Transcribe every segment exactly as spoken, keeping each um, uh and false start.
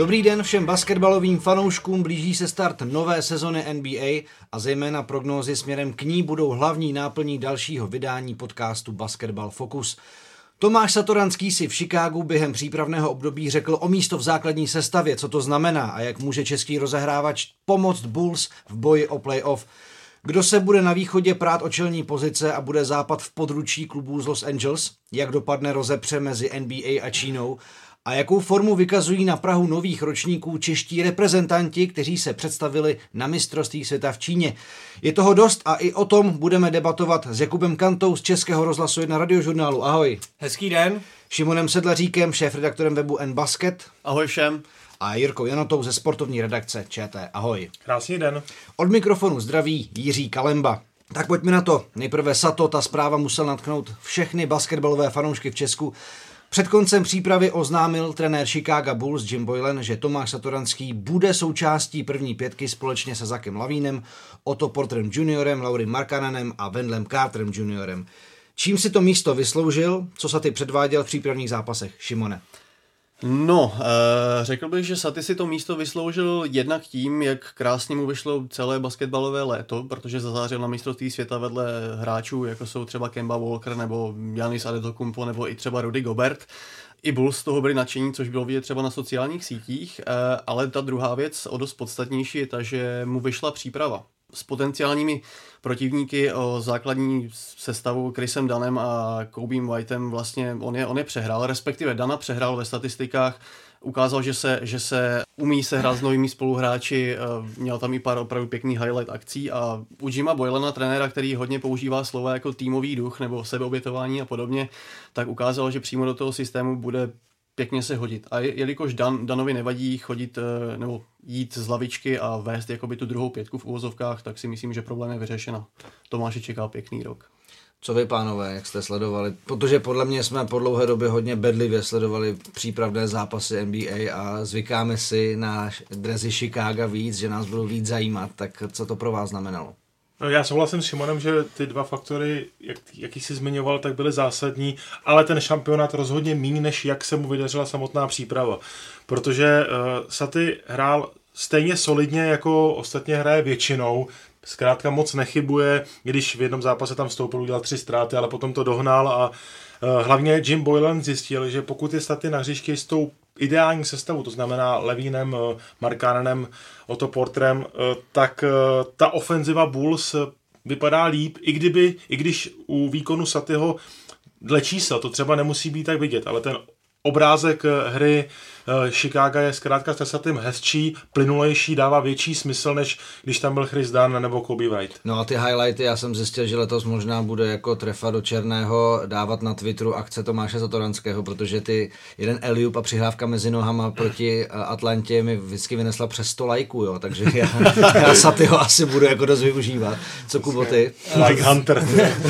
Dobrý den všem basketbalovým fanouškům, blíží se start nové sezony N B A a zejména prognózy směrem k ní budou hlavní náplní dalšího vydání podcastu Basketball Focus. Tomáš Satoranský si v Chicagu během přípravného období řekl o místo v základní sestavě, co to znamená a jak může český rozehrávač pomoct Bulls v boji o playoff. Kdo se bude na východě prát o čelní pozice a bude západ v područí klubů z Los Angeles? Jak dopadne rozepře mezi N B A a Čínou? A jakou formu vykazují na prahu nových ročníků čeští reprezentanti, kteří se představili na mistrovství světa v Číně? Je toho dost a i o tom budeme debatovat s Jakubem Kantou z Českého rozhlasu jedna radiožurnálu. Ahoj. Hezký den. Šimonem Sedlaříkem, šéfredaktorem webu N-Basket. Ahoj všem. A Jirkou Janotou ze sportovní redakce ČT. Ahoj. Krásný den. Od mikrofonu zdraví Jiří Kalemba. Tak pojďme na to. Nejprve Sato, ta zpráva musel natknout všechny basketbalové fanoušky v Česku. Před koncem přípravy oznámil trenér Chicago Bulls Jim Boylen, že Tomáš Satoranský bude součástí první pětky společně se Zachem Lavínem, Otto Porterem juniorem, Lauri Markkanenem a Wendellem Carterem juniorem. Čím si to místo vysloužil, co Saty předváděl v přípravných zápasech? Šimone. No, e, řekl bych, že Saty si to místo vysloužil jednak tím, jak krásně mu vyšlo celé basketbalové léto, protože zazářil na mistrovství světa vedle hráčů, jako jsou třeba Kemba Walker nebo Giannis Antetokounmpo nebo i třeba Rudy Gobert. I Bulls z toho byli nadšení, což bylo vidět třeba na sociálních sítích, e, ale ta druhá věc, o dost podstatnější, je ta, že mu vyšla příprava. S potenciálními protivníky o základní sestavu Chrisem Dunnem a Kobeem Whiteem vlastně on je, on je přehrál, respektive Dana přehrál ve statistikách, ukázal, že se, že se umí se hrát s novými spoluhráči, měl tam i pár opravdu pěkných highlight akcí a u Jima Boylena, trenéra, který hodně používá slova jako týmový duch nebo sebeobětování a podobně, tak ukázal, že přímo do toho systému bude pěkně se hodit. A jelikož Dan, Danovi nevadí chodit nebo jít z lavičky a vést jakoby tu druhou pětku v uvozovkách, tak si myslím, že problém je vyřešen. Tomáše čeká pěkný rok. Co vy, pánové, jak jste sledovali? Protože podle mě jsme po dlouhé době hodně bedlivě sledovali přípravné zápasy N B A a zvykáme si na dresy Chicaga víc, že nás budou víc zajímat. Tak co to pro vás znamenalo? No, já souhlasím s Šimonem, že ty dva faktory, jak, jaký jsi zmiňoval, tak byly zásadní, ale ten šampionát rozhodně méně, než jak se mu vydařila samotná příprava. Protože uh, Saty hrál stejně solidně, jako ostatně hraje většinou, zkrátka moc nechybuje, když v jednom zápase tam vstoupil, udělal tři ztráty, ale potom to dohnal a uh, hlavně Jim Boylen zjistil, že pokud je Saty na hřišti s tou ideální sestavu, to znamená Lavínem, Markkanenem, Otto Porterem, tak ta ofenziva Bulls vypadá líp, i kdyby, i když u výkonu Satyho dle čísel to třeba nemusí být tak vidět, ale ten obrázek hry Chicago je zkrátka s Satym hezčí, plynulejší, dává větší smysl, než když tam byl Chris Dunn nebo Kobe White. No a ty highlighty, já jsem zjistil, že letos možná bude jako trefa do černého dávat na Twitteru akce Tomáše Satoranského, protože ty jeden alley-oop a přihrávka mezi nohama proti Atlantě mi vždycky vynesla přes sto lajků, jo, takže já, já Satyho asi budu jako dost využívat. Co, Kubo, ty? Like Hunter.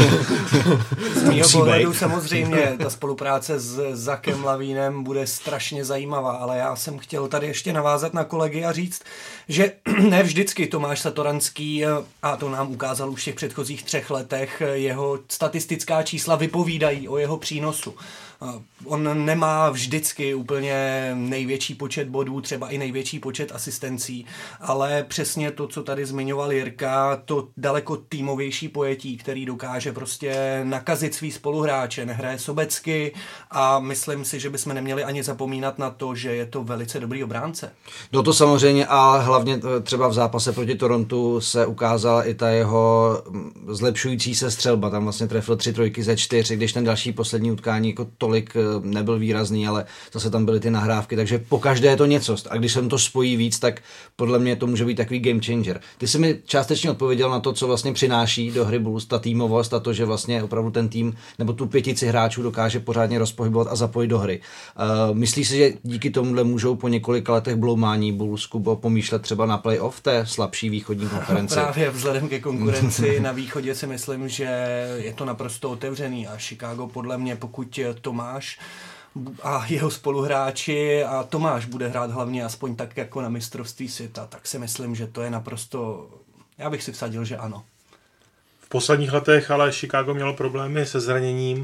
Z mýho pohledu samozřejmě ta spolupráce s Zachem Lavínem bude strašně zajímavá, ale já jsem chtěl tady ještě navázat na kolegy a říct, že ne vždycky Tomáš Satoranský, a to nám ukázal už v těch předchozích třech letech, jeho statistická čísla vypovídají o jeho přínosu. On nemá vždycky úplně největší počet bodů, třeba i největší počet asistencí, ale přesně to, co tady zmiňoval Jirka, to daleko týmovější pojetí, který dokáže prostě nakazit svý spoluhráče, nehraje sobecky a myslím si, že bychom neměli ani zapomínat na to, že je to velice dobrý obránce. No to samozřejmě a hlavně třeba v zápase proti Torontu se ukázala i ta jeho zlepšující se střelba, tam vlastně trefil tři trojky ze čtyř, když ten další poslední utkání jako tolik nebyl výrazný, ale zase tam byly ty nahrávky, takže po každé je to něco. A když se to spojí víc, tak podle mě to může být takový game changer. Ty jsi mi částečně odpověděl na to, co vlastně přináší do hry Bulls, ta týmovost a to, že vlastně opravdu ten tým nebo tu pětici hráčů dokáže pořádně rozpohybovat a zapojit do hry. Uh, myslíš si, že díky tomuhle můžou po několika letech bloumání Bulls, Kubo, pomýšlet třeba na playoff té slabší východní konferenci? Právě vzhledem ke konkurenci na východě si myslím, že je to naprosto otevřený a Chicago podle mě, pokud Tomáš a jeho spoluhráči a Tomáš bude hrát hlavně aspoň tak jako na mistrovství světa, tak si myslím, že to je naprosto, já bych si vsadil, že ano. V posledních letech ale Chicago mělo problémy se zraněním.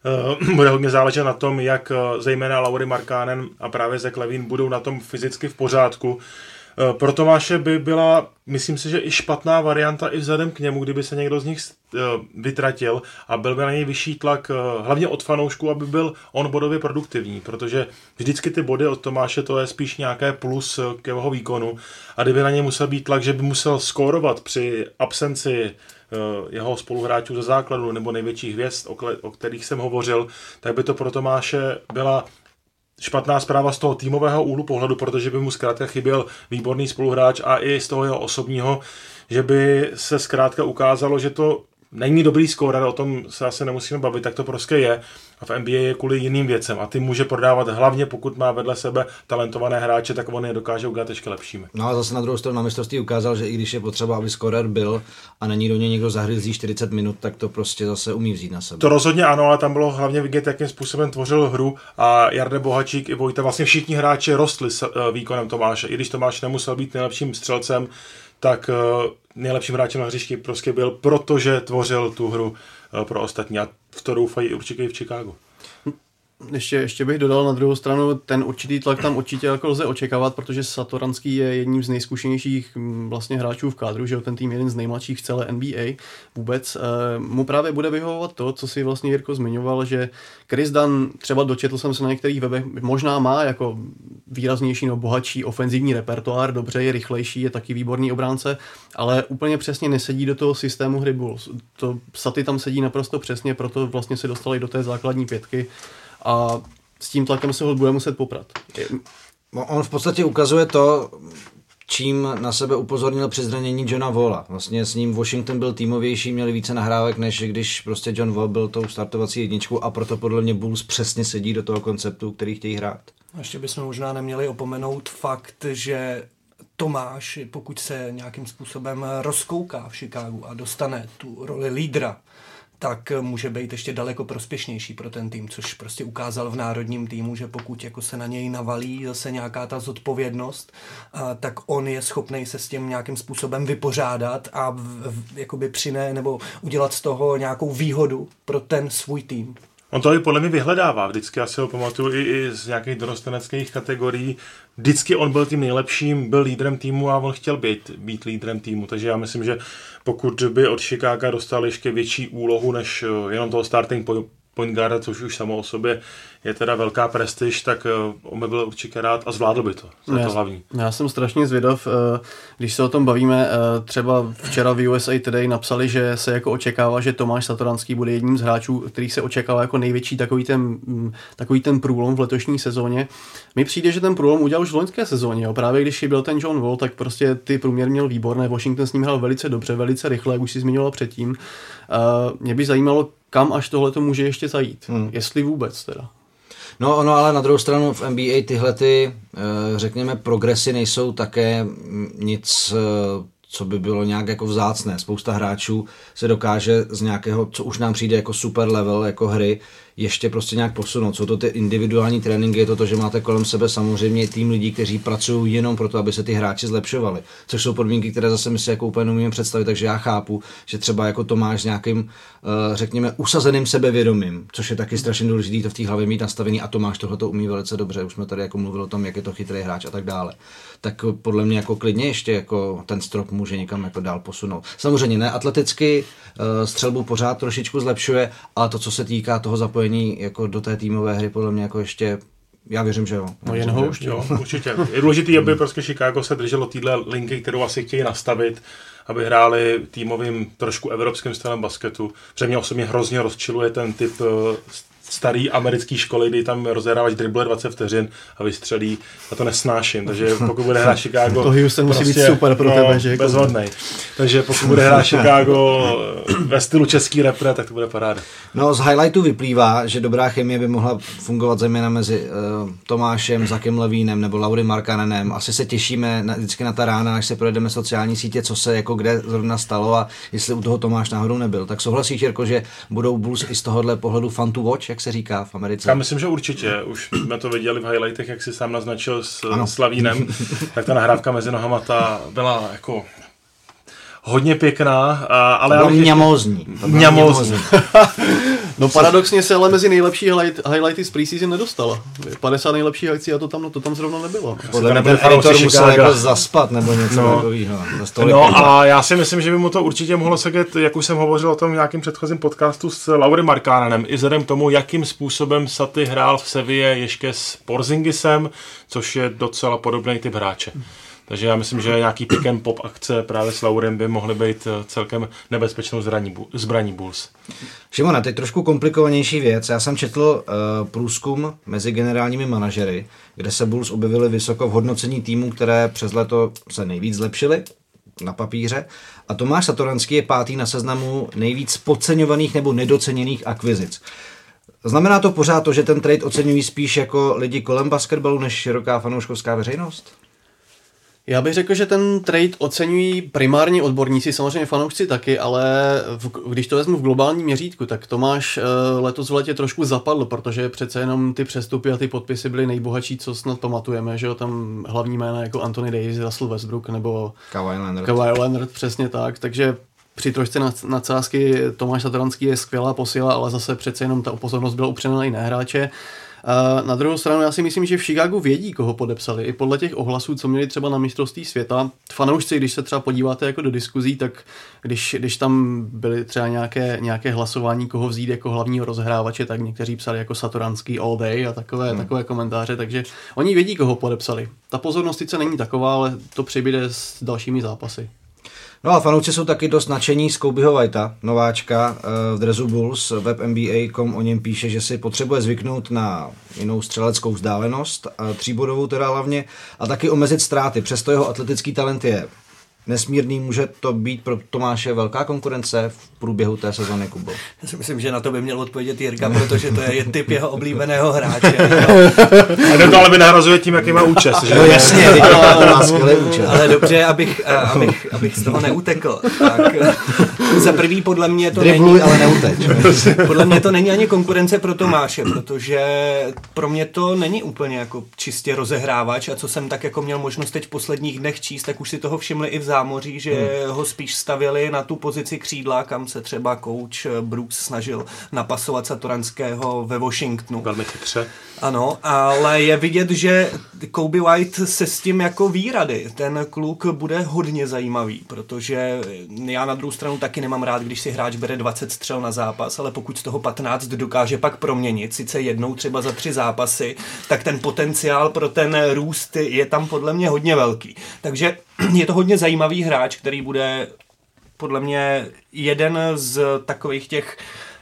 Uh, bude hodně záležet na tom, jak uh, zejména Lauri Markkanen a právě Zach LaVine budou na tom fyzicky v pořádku. Uh, pro Tomáše by byla, myslím si, že i špatná varianta i vzhledem k němu, kdyby se někdo z nich uh, vytratil a byl by na něj vyšší tlak, uh, hlavně od fanoušků, aby byl on bodově produktivní, protože vždycky ty body od Tomáše to je spíš nějaké plus uh, k jeho výkonu a kdyby na něj musel být tlak, že by musel skórovat při absenci jeho spoluhráčů ze základu nebo největších hvězd, o kterých jsem hovořil, tak by to pro Tomáše byla špatná zpráva z toho týmového úhlu pohledu, protože by mu zkrátka chyběl výborný spoluhráč a i z toho jeho osobního, že by se zkrátka ukázalo, že to není dobrý skórer, o tom se asi nemusíme bavit, tak to prostě je. A v N B A je kvůli jiným věcem a ty může prodávat hlavně, pokud má vedle sebe talentované hráče, tak on je dokáže udělat ještě lepšími. No a zase na druhou stranu na mistrovství ukázal, že i když je potřeba, aby skórer byl a není do něj někdo zahryzí čtyřicet minut, tak to prostě zase umí vzít na sebe. To rozhodně ano, ale tam bylo hlavně vidět, jakým způsobem tvořil hru a Jarda Bohačík i Vojta, vlastně všichni hráči rostli s výkonem Tomáše. I když Tomáš nemusel být nejlepším střelcem, tak nejlepším hráčem na hřišti prostě byl, protože tvořil tu hru pro ostatní a v to doufají určitě i v Chicagu. Ještě, ještě bych dodal na druhou stranu, ten určitý tlak tam určitě jako lze očekávat, protože Satoranský je jedním z nejzkušenějších vlastně hráčů v kádru, že ten tým je jeden z nejmladších v celé N B A vůbec. E, mu právě bude vyhovovat to, co si vlastně Jirko zmiňoval, že Chris Dunn, třeba dočetl jsem se na některých webech, možná má jako výraznější nebo bohatší ofenzivní repertoár, dobře, je rychlejší, je taky výborný obránce, ale úplně přesně nesedí do toho systému hry Bulls. To Saty tam sedí naprosto přesně, proto vlastně se dostali do té základní pětky. A s tím tlakem se ho bude muset poprat. On v podstatě ukazuje to, čím na sebe upozornil při zranění Johna Walla. Vlastně s ním Washington byl týmovější, měli více nahrávek, než když prostě John Wall byl tou startovací jedničkou a proto podle mě Bulls přesně sedí do toho konceptu, který chtějí hrát. A ještě bychom možná neměli opomenout fakt, že Tomáš, pokud se nějakým způsobem rozkouká v Chicagu a dostane tu roli lídra, tak může být ještě daleko prospěšnější pro ten tým, což prostě ukázal v národním týmu, že pokud jako se na něj navalí zase nějaká ta zodpovědnost, a, tak on je schopný se s tím nějakým způsobem vypořádat a v, v, jakoby přiné nebo udělat z toho nějakou výhodu pro ten svůj tým. On to i podle mě vyhledává vždycky, já si ho pamatuju i, i z nějakých dorosteneckých kategorií. Vždycky on byl tím nejlepším, byl lídrem týmu a on chtěl být, být lídrem týmu, takže já myslím, že pokud by od Chicaga dostal ještě větší úlohu než jenom toho starting point guarda, což už samo o sobě je teda velká prestiž, tak on by byl určitě rád a zvládl by to. To je to hlavní. Já jsem strašně zvědav, když se o tom bavíme, třeba včera v U S A Today napsali, že se jako očekává, že Tomáš Satoranský bude jedním z hráčů, kterých se očekává jako největší takový ten, takový ten průlom v letošní sezóně. Mně přijde, že ten průlom udělal už v loňské sezóně. Jo. Právě když byl ten John Wall, tak prostě ty průměr měl výborné. Washington s ním hrál velice dobře, velice rychle, jak už si zmiňoval předtím. Mě by zajímalo, kam až tohle to může ještě zajít. Hmm. Jestli vůbec teda. No ono, ale na druhou stranu v N B A tyhle ty, řekněme, progresy nejsou také nic, co by bylo nějak jako vzácné. Spousta hráčů se dokáže z nějakého, co už nám přijde jako super level, jako hry, ještě prostě nějak posunout. Jsou to ty individuální tréninky, je to to, že máte kolem sebe samozřejmě tým lidí, kteří pracují jenom proto, aby se ty hráči zlepšovali. Což jsou podmínky, které zase my si jako úplně umíme představit, takže já chápu, že třeba jako Tomáš s nějakým, řekněme, usazeným sebevědomím, což je taky strašně důležité to v té hlavě mít nastavený a Tomáš tohle to umí velice dobře. Už jsme tady jako mluvili o tom, jak je to chytrý hráč a tak dále. Tak podle mě jako klidně ještě jako ten strop může někam jako dál posunout. Samozřejmě ne atleticky, střelbu pořád trošičku zlepšuje, ale to, co se týká toho zapojení jako do té týmové hry, podle mě jako ještě, já věřím, že jo. No jen houšť, jo, určitě. Je důležitý, aby prostě Chicago se drželo téhle linky, kterou asi chtějí nastavit, aby hráli týmovým trošku evropským stylem basketu. Protože mě osobně hrozně rozčiluje ten typ starý americký školy, kdy tam rozehráváš drible dvacet vteřin a vystřelí a to nesnáším, takže pokud bude hrát Chicago... To Houston musí prostě, být super pro no, tebe, že? Bezhodnej. Takže pokud bude hrát Chicago ve stylu český repre, tak to bude paráda. No z highlightu vyplývá, že dobrá chemie by mohla fungovat zejména mezi uh, Tomášem, Zachem Levínem nebo Lauri Markkanenem. Asi se těšíme na, vždycky na ta rána, až se projedeme sociální sítě, co se jako kde zrovna stalo a jestli u toho Tomáš náhodou nebyl. Tak souhlasíš, Jirko, že budou Bulls i z tohohle pohledu fun to watch, jak se říká v Americe? Já myslím, že určitě. Už jsme to viděli v highlightech, jak si sám naznačil s, s Lavínem, tak ta nahrávka mezi nohama ta byla jako hodně pěkná, ale... To bylo mňamózní. Mňamózní. No paradoxně se ale mezi nejlepší highlight, highlighty z preseason nedostala. padesát nejlepších akcí a to tam, no, to tam zrovna nebylo. Podle mě ten editor musel jako zaspat nebo něco no. takového. No a já si myslím, že by mu to určitě mohlo sedět, jak už jsem hovořil o tom v nějakém předchozím podcastu s Laurym Markkánenem, i vzhledem k tomu, jakým způsobem Saty hrál v Sevilla ještě s Porzingisem, což je docela podobný typ hráče. Takže já myslím, že nějaký pick and pop akce právě s Laurem by mohly být celkem nebezpečnou zbraní, zbraní Bulls. Šimona, teď trošku komplikovanější věc. Já jsem četl uh, průzkum mezi generálními manažery, kde se Bulls objevili vysoko v hodnocení týmů, které přes léto se nejvíc zlepšily na papíře. A Tomáš Satoranský je pátý na seznamu nejvíc podceňovaných nebo nedoceněných akvizic. Znamená to pořád to, že ten trade oceňují spíš jako lidi kolem basketbalu než široká fanouškovská veřejnost? Já bych řekl, že ten trade oceňují primárně odborníci, samozřejmě fanoušci taky, ale v, když to vezmu v globálním měřítku, tak Tomáš uh, letos v letě trošku zapadl, protože přece jenom ty přestupy a ty podpisy byly nejbohatší, co snad pamatujeme, že jo, tam hlavní jména jako Anthony Davis, Russell Westbrook nebo Kawhi Leonard. Kawhi Leonard, přesně tak, takže při trošce nadsázky Tomáš Satoranský je skvělá posila, ale zase přece jenom ta pozornost byla upřena i na hráče. Uh, na druhou stranu já si myslím, že v Chicagu vědí, koho podepsali. I podle těch ohlasů, co měli třeba na mistrovství světa. Fanoušci, když se třeba podíváte jako do diskuzí, tak když, když tam byly třeba nějaké, nějaké hlasování, koho vzít jako hlavního rozhrávače, tak někteří psali jako Satoranský all day a takové, hmm. takové komentáře. Takže oni vědí, koho podepsali. Ta pozornost sice není taková, ale to přibyde s dalšími zápasy. No a fanoušci jsou taky dost nadšení z Kobeho Whitea, nováčka v dresu Bulls. Web N B A tečka com o něm píše, že si potřebuje zvyknout na jinou střeleckou vzdálenost, tříbodovou teda hlavně, a taky omezit ztráty. Přesto jeho atletický talent je nesmírný. Může to být pro Tomáše velká konkurence v průběhu té sezóny, Kubo? Já si myslím, že na to by měl odpovědět Jirka, protože to je typ jeho oblíbeného hráče. A to ale by nahrazuje tím, jaký má účes. Že? No jasně, to má skvělý účes. Ale dobře, abych, abych, abych z toho neutekl. Tak za prvý podle mě to Dribluj, není... ale neuteč. Podle mě to není ani konkurence pro Tomáše, protože pro mě to není úplně jako čistě rozehrávač, a co jsem tak jako měl možnost teď v posledních dnech číst, tak už si toho všimli i v zámoří, že hmm. ho spíš stavili na tu pozici křídla, kam se třeba coach Brooks snažil napasovat Satoranského ve Washingtonu. Velmi chytře. Ano, ale je vidět, že Kobe White se s tím jako ví rady. Ten kluk bude hodně zajímavý, protože já na druhou stranu taky nemám rád, když si hráč bere dvacet střel na zápas, ale pokud z toho patnáct dokáže pak proměnit, sice jednou třeba za tři zápasy, tak ten potenciál pro ten růst je tam podle mě hodně velký. Takže je to hodně zajímavý hráč, který bude podle mě jeden z takových těch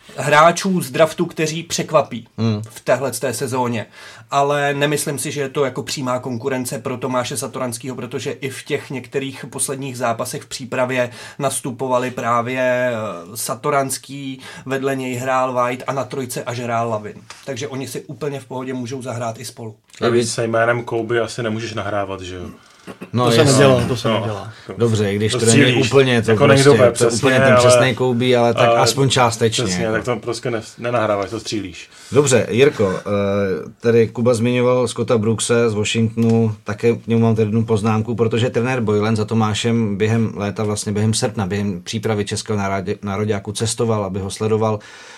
hráčů z draftu, kteří překvapí hmm. v téhle té sezóně. Ale nemyslím si, že je to jako přímá konkurence pro Tomáše Satoranského, protože i v těch některých posledních zápasech v přípravě nastupovali právě Satoranský, vedle něj hrál White a na trojce až hrál Lavin. Takže oni si úplně v pohodě můžou zahrát i spolu. A víc se jménem Kobe asi nemůžeš nahrávat, že jo? No, to se nedělá, to se no, nedělá. Dobře, když to, to není úplně, to, jako prostě, dobe, to přesně, úplně ten přesný Kobe, ale tak ale, aspoň částečně. Přesně, jako. tak to prostě ne, nenahráváš, to střílíš. Dobře, Jirko, tady Kuba zmiňoval Scotta Brookse z Washingtonu, také k němu mám tady jednu poznámku, protože trenér Boylen za Tomášem během léta, vlastně během srpna, během přípravy českého nároďáku cestoval, aby ho sledoval.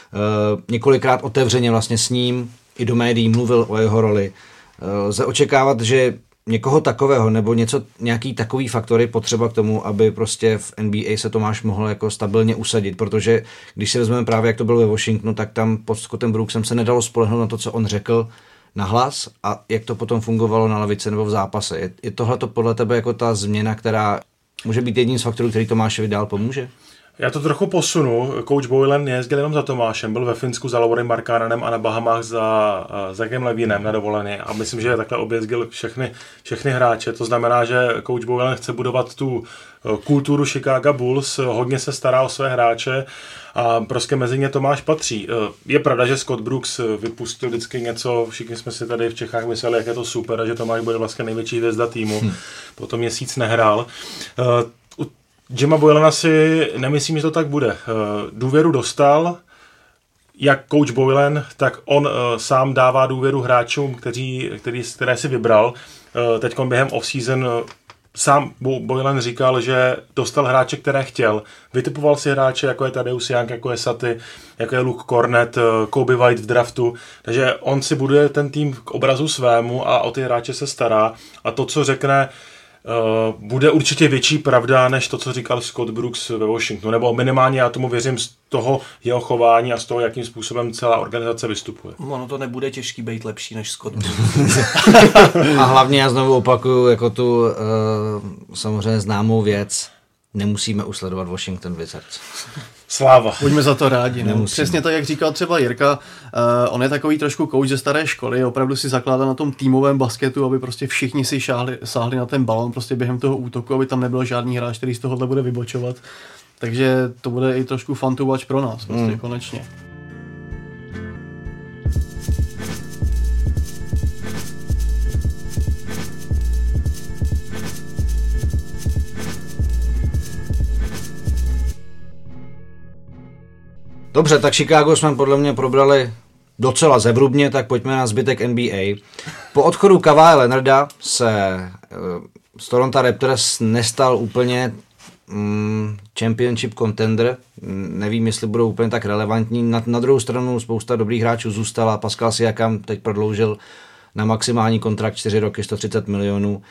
Několikrát otevřeně vlastně s ním i do médií mluvil o jeho roli. Lze očekávat, že někoho takového nebo něco, nějaký takový faktor je potřeba k tomu, aby prostě v N B A se Tomáš mohl jako stabilně usadit, protože když si vezmeme právě, jak to bylo ve Washingtonu, tak tam pod Scottem Brooksem se nedalo spolehnout na to, co on řekl nahlas a jak to potom fungovalo na lavice nebo v zápase. Je, je tohle to podle tebe jako ta změna, která může být jedním z faktorů, který Tomášovi dál pomůže? Já to trochu posunu. Coach Boylen nejezdil jenom za Tomášem, byl ve Finsku za Laurym Markkánenem a na Bahamách za Zachem Levinem na dovolené a myslím, že takhle objezdil všechny, všechny hráče. To znamená, že Coach Boylen chce budovat tu kulturu Chicago Bulls, hodně se stará o své hráče a prostě mezi ně Tomáš patří. Je pravda, že Scott Brooks vypustil vždycky něco, všichni jsme si tady v Čechách mysleli, jak je to super a že Tomáš bude vlastně největší hvězda týmu. Hmm. Potom měsíc nehrál. Jima Boylena si nemyslím, že to tak bude. Důvěru dostal, jak coach Boylen, tak on sám dává důvěru hráčům, kteří, který, které si vybral. Teď během off-season sám Boylan říkal, že dostal hráče, které chtěl. Vytipoval si hráče, jako je Tadeusz Young, jako je Saty, jako je Luke Cornet, Kobe White v draftu. Takže on si buduje ten tým k obrazu svému a o ty hráče se stará. A to, co řekne, Uh, bude určitě větší pravda, než to, co říkal Scott Brooks ve Washingtonu, nebo minimálně já tomu věřím z toho jeho chování a z toho, jakým způsobem celá organizace vystupuje. Ono to nebude těžký být lepší než Scott Brooks. A hlavně já znovu opakuju jako tu uh, samozřejmě známou věc, nemusíme usledovat Washington Wizards. Sláva. Buďme za to rádi. No. Přesně tak, jak říkal třeba Jirka, uh, on je takový trošku kouč ze staré školy, opravdu si zakládá na tom týmovém basketu, aby prostě všichni si šáhli, sáhli na ten balon prostě během toho útoku, aby tam nebyl žádný hráč, který z tohohle bude vybočovat. Takže to bude i trošku fun to watch pro nás, prostě hmm. konečně. Dobře, tak Chicago jsme podle mě probrali docela zevrubně, tak pojďme na zbytek N B A. Po odchodu Kawhi Leonarda se uh, z Toronto Raptors nestal úplně um, championship contender. Nevím, jestli budou úplně tak relevantní. Na, na druhou stranu spousta dobrých hráčů zůstala. Pascal Siakam teď prodloužil na maximální kontrakt čtyři roky sto třicet milionů.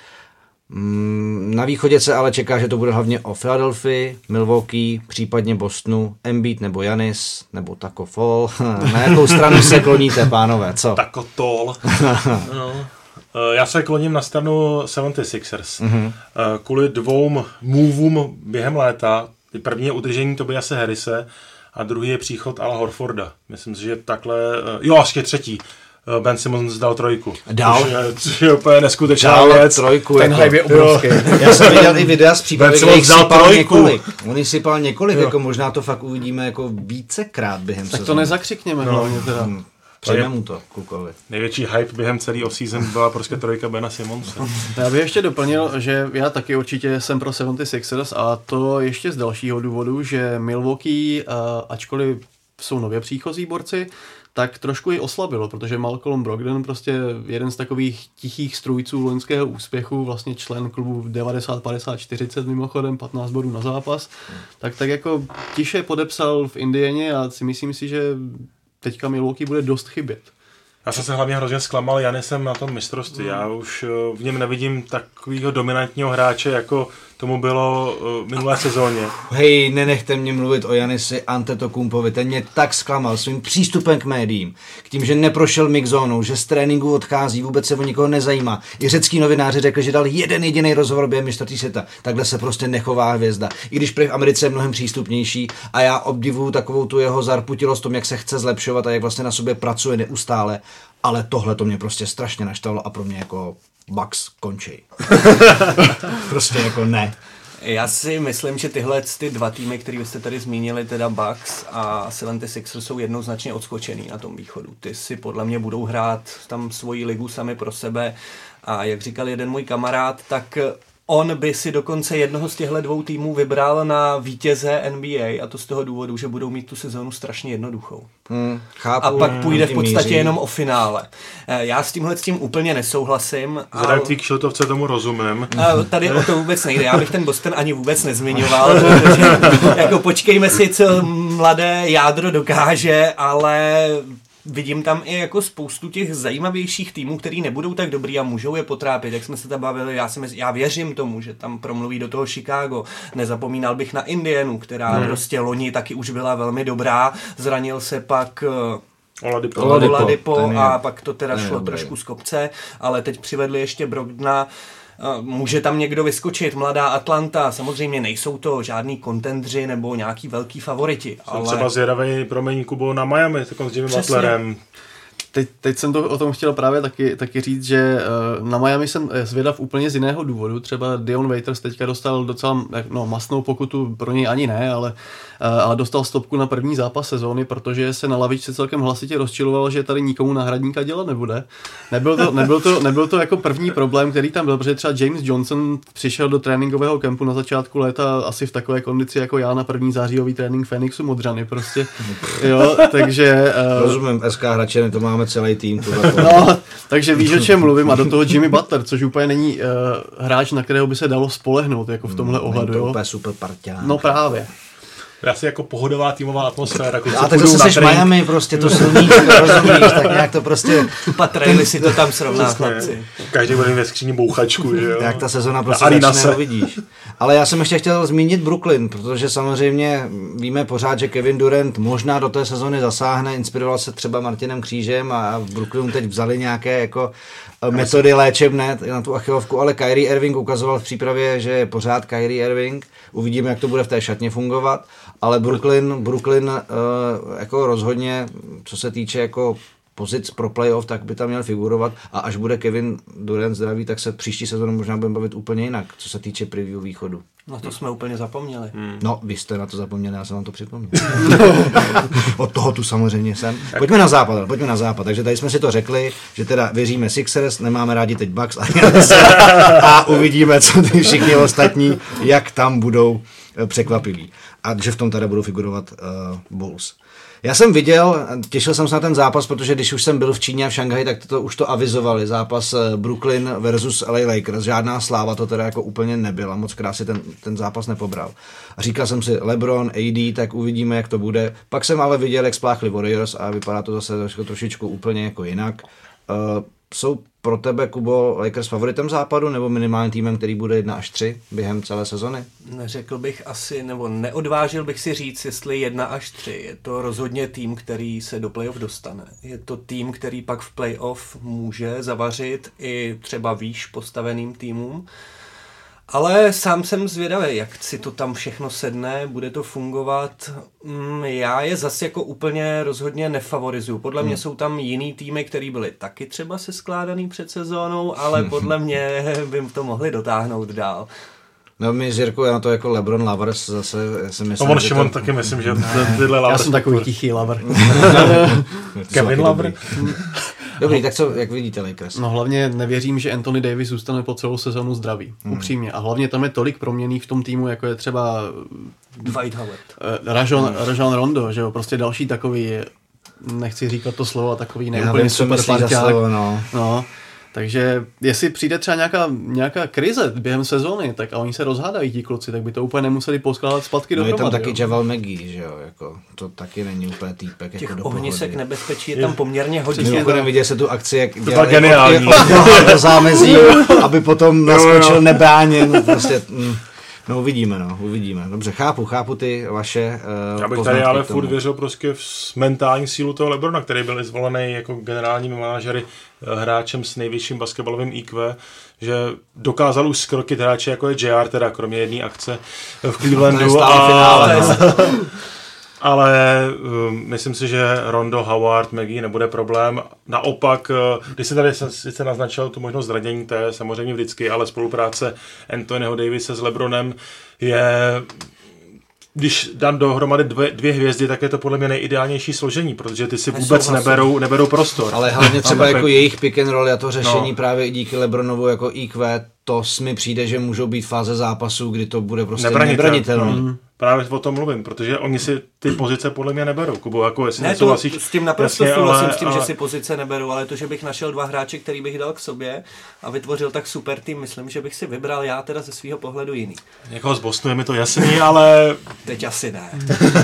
Na východě se ale čeká, že to bude hlavně o Philadelphii, Milwaukee, případně Bostonu, Embiid nebo Giannis, nebo Taco Fall. Na jakou stranu se kloníte, pánové, co? Taco Tall. No. Já se kloním na stranu sedmdesát šesters. Mm-hmm. Kvůli dvou moveům během léta. První je udržení Tobiase Harrise a druhý je příchod Ala Horforda. Myslím si, že takhle... Jo, ještě třetí. Ben Simmons dal trojku. Dal? Což je úplně neskutečná dal věc. Trojku, ten jako, hype je obrovský. Já jsem viděl i videa z přípravy, kde jich sypal trojku. několik. On jich sypal několik, jo. Jako možná to fakt uvidíme jako vícekrát během tak sezóny. to nezakřikněme no. hlavně teda. Hmm. Přejme mu to, klukovi. Největší hype během celý off-season byla prostě trojka Bena Simonse. Já bych ještě doplnil, že já taky určitě jsem pro sedmdesát šesters a to ještě z dalšího důvodu, že Milwaukee, ačkoliv jsou nově příchozí borci, tak trošku ji oslabilo, protože Malcolm Brogdon, prostě jeden z takových tichých strůjců loňského úspěchu, vlastně člen klubu devadesát padesát čtyřicet mimochodem, patnáct bodů na zápas, tak tak jako tiše podepsal v Indianě a si myslím si, že teďka Milwaukee bude dost chybět. Já jsem se hlavně hrozně zklamal Janisem na tom mistrovství. Já už v něm nevidím takového dominantního hráče, jako tomu bylo v minulé sezóně. Hej, nenechte mě mluvit o Janisi Antetokounmpovi, ten mě tak zklamal svým přístupem k médiím, k tím, že neprošel mixzónou, že z tréninku odchází, vůbec se o nikoho nezajímá. I řecký novináři řekli, že dal jeden jediný rozhovor během mistrovství světa. Takhle se prostě nechová hvězda. I když v Americe je mnohem přístupnější a já obdivuju takovou tu jeho zarputilost tom, jak se chce zlepšovat a jak vlastně na sobě pracuje neustále, ale tohle to mě prostě strašně naštvalo a pro mě jako Bucks končí. Prostě jako ne. Já si myslím, že tyhle ty dva týmy, které jste tady zmínili, teda Bucks a sedmdesát šesters, jsou jednoznačně odskočený na tom východu. Ty si podle mě budou hrát tam svoji ligu sami pro sebe a jak říkal jeden můj kamarád, tak on by si dokonce jednoho z těchto dvou týmů vybral na vítěze N B A a to z toho důvodu, že budou mít tu sezónu strašně jednoduchou. Hmm, chápu, a pak půjde v podstatě míří. jenom o finále. Já s tímhle s tím úplně nesouhlasím. Vzhledem k té kšiltovce tomu rozumím. Tady o to vůbec nejde. Já bych ten Boston ani vůbec nezmiňoval. Protože, jako počkejme si, co mladé jádro dokáže, ale vidím tam i jako spoustu těch zajímavějších týmů, který nebudou tak dobrý a můžou je potrápit, jak jsme se tam bavili. Já, si mysl, já věřím tomu, že tam promluví do toho Chicago. Nezapomínal bych na Indianu, která hmm. prostě loni taky už byla velmi dobrá. Zranil se pak Oladipo, Oladipo, Oladipo a pak to teda šlo dobrý. Trošku z kopce, ale teď přivedli ještě Brogdona. Může tam někdo vyskočit, mladá Atlanta, samozřejmě nejsou to žádný kontendři nebo nějaký velký favoriti. Jsem ale... třeba zvědavý, promiň, Kubo, na Miami, tak s Jimmy Butlerem. Teď, teď jsem to o tom chtěl právě taky, taky říct, že uh, na Miami jsem zvědav úplně z jiného důvodu. Třeba Dion Waiters teďka dostal docela no, masnou pokutu, pro něj ani ne, ale, uh, ale dostal stopku na první zápas sezóny, protože se na lavičce celkem hlasitě rozčiloval, že tady nikomu náhradníka dělat nebude. Nebyl to, nebyl, to, nebyl to jako první problém, který tam byl, protože třeba James Johnson přišel do tréninkového kempu na začátku léta asi v takové kondici jako já na první zářijový trénink Phoenixu Modřany prostě. Jo, takže... Uh, Rozumím, S K Hračeny, to máme máme celý tým. No, takže víš, o čem mluvím a do toho Jimmy Butler, což úplně není uh, hráč, na kterého by se dalo spolehnout jako v tomhle hmm, ohledu. To jo? úplně super parťák. No právě. Asi jako pohodová týmová atmosféra. Jako a tak zase jsi Miami, prostě to silný, rozumíš, tak nějak to prostě... Patrejli si to tam srovná chlapci. Každý bude ve skříni bouchačku, že jo. Jak ta sezona prostě začne, uvidíš. Ale já jsem ještě chtěl zmínit Brooklyn, protože samozřejmě víme pořád, že Kevin Durant možná do té sezony zasáhne, inspiroval se třeba Martinem Křížem a v Brooklynu teď vzali nějaké jako metody léčebné na tu achilovku, ale Kyrie Irving ukazoval v přípravě, že je pořád Kyrie Irving. Uvidíme, jak to bude v té šatně fungovat, ale Brooklyn, Brooklyn uh, jako rozhodně, co se týče jako pozic pro playoff, tak by tam měl figurovat a až bude Kevin Durant zdravý, tak se příští sezónu možná budeme bavit úplně jinak, co se týče preview východu. No to jsme úplně zapomněli. Hmm. No, vy jste na to zapomněli, já jsem vám to připomněl. Od toho tu samozřejmě jsem. Pojďme na západ, pojďme na západ. Takže tady jsme si to řekli, že teda věříme Sixers, nemáme rádi teď Bucks a, a uvidíme, co ty všichni ostatní, jak tam budou překvapiví. A že v tom teda budou figurovat uh, Bulls. Já jsem viděl, těšil jsem se na ten zápas, protože když už jsem byl v Číně a v Šanghaji, tak to už to avizovali. Zápas Brooklyn versus L A Lakers. Žádná sláva to teda jako úplně nebyla. Moc krásně ten, ten zápas nepobral. A říkal jsem si LeBron, A D, tak uvidíme, jak to bude. Pak jsem ale viděl, jak spláchli Warriors a vypadá to zase trošičku úplně jako jinak. Uh, jsou pro tebe, Kubo, Lakers favoritem západu nebo minimálně týmem, který bude jedna až tři během celé sezony? Neřekl bych asi, nebo neodvážil bych si říct, jestli jedna až tři. Je to rozhodně tým, který se do playoff dostane. Je to tým, který pak v playoff může zavařit i třeba výš postaveným týmům. Ale sám jsem zvědavý, jak si to tam všechno sedne, bude to fungovat. Já je zase jako úplně rozhodně nefavorizuju. Podle mě jsou tam jiný týmy, který byly taky třeba se skládaný před sezónou, ale podle mě by to mohli dotáhnout dál. No my s Jirkou na to jako LeBron lovers zase, já si myslím, no, že Šimon to... taky myslím, že tyhle lovers... Já jsem takový tichý lover. Kevin lover. Dobrý, tak co, jak vidíte Lakers? No hlavně nevěřím, že Anthony Davis zůstane po celou sezonu zdravý, hmm. upřímně. A hlavně tam je tolik proměnných v tom týmu, jako je třeba Dwight Howard. Uh, Rajon, hmm. Rajon Rondo, že jo, prostě další takový, nechci říkat to slovo, takový neúplně super parťák. No. no. Takže jestli přijde třeba nějaká, nějaká krize během sezóny, tak a oni se rozhádají ti kluci, tak by to úplně nemuseli poskládat zpátky do no dohromady. Je tam taky Javel McGee, že jo, jako, to taky není úplně týpek. Těch jako do ohnisek nebezpečí je tam poměrně hodně. Mimochodem viděl se tu akci, jak dělali geniální. do zámezí, aby potom naskočil nebráněn, prostě... Mm. No uvidíme, no, uvidíme. Dobře, chápu, chápu ty vaše uh, Já bych tady ale furt věřil prostě v mentální sílu toho LeBrona, který byl zvolený jako generálním manažery hráčem s nejvyšším basketbalovým í kvé, že dokázal už skrotit hráče jako je J R, teda kromě jedné akce v Clevelandu. To a... finále, no. Ale um, myslím si, že Rondo, Howard, McGee nebude problém. Naopak, uh, když se tady sice naznačil tu možnost zranění, to je samozřejmě vždycky, ale spolupráce Anthonyho Davise s LeBronem je... Když dám dohromady dvě, dvě hvězdy, tak je to podle mě nejideálnější složení, protože ty si vůbec neberou, neberou prostor. Ale hlavně třeba jako jejich pick and roll a to řešení no. právě i díky LeBronovu jako í kvé, to mi přijde, že můžou být fáze zápasu, kdy to bude prostě nebranitelný. No. Právě o tom mluvím, protože oni si ty pozice podle mě neberou. Kubo, jako jestli ne, to, s tím naprosto souhlasím s tím, ale... že si pozice neberou, ale to, že bych našel dva hráče, který bych dal k sobě a vytvořil tak super tým, myslím, že bych si vybral já teda ze svého pohledu jiný. Někoho z Bostonu je mi to jasný, ale... Teď asi ne.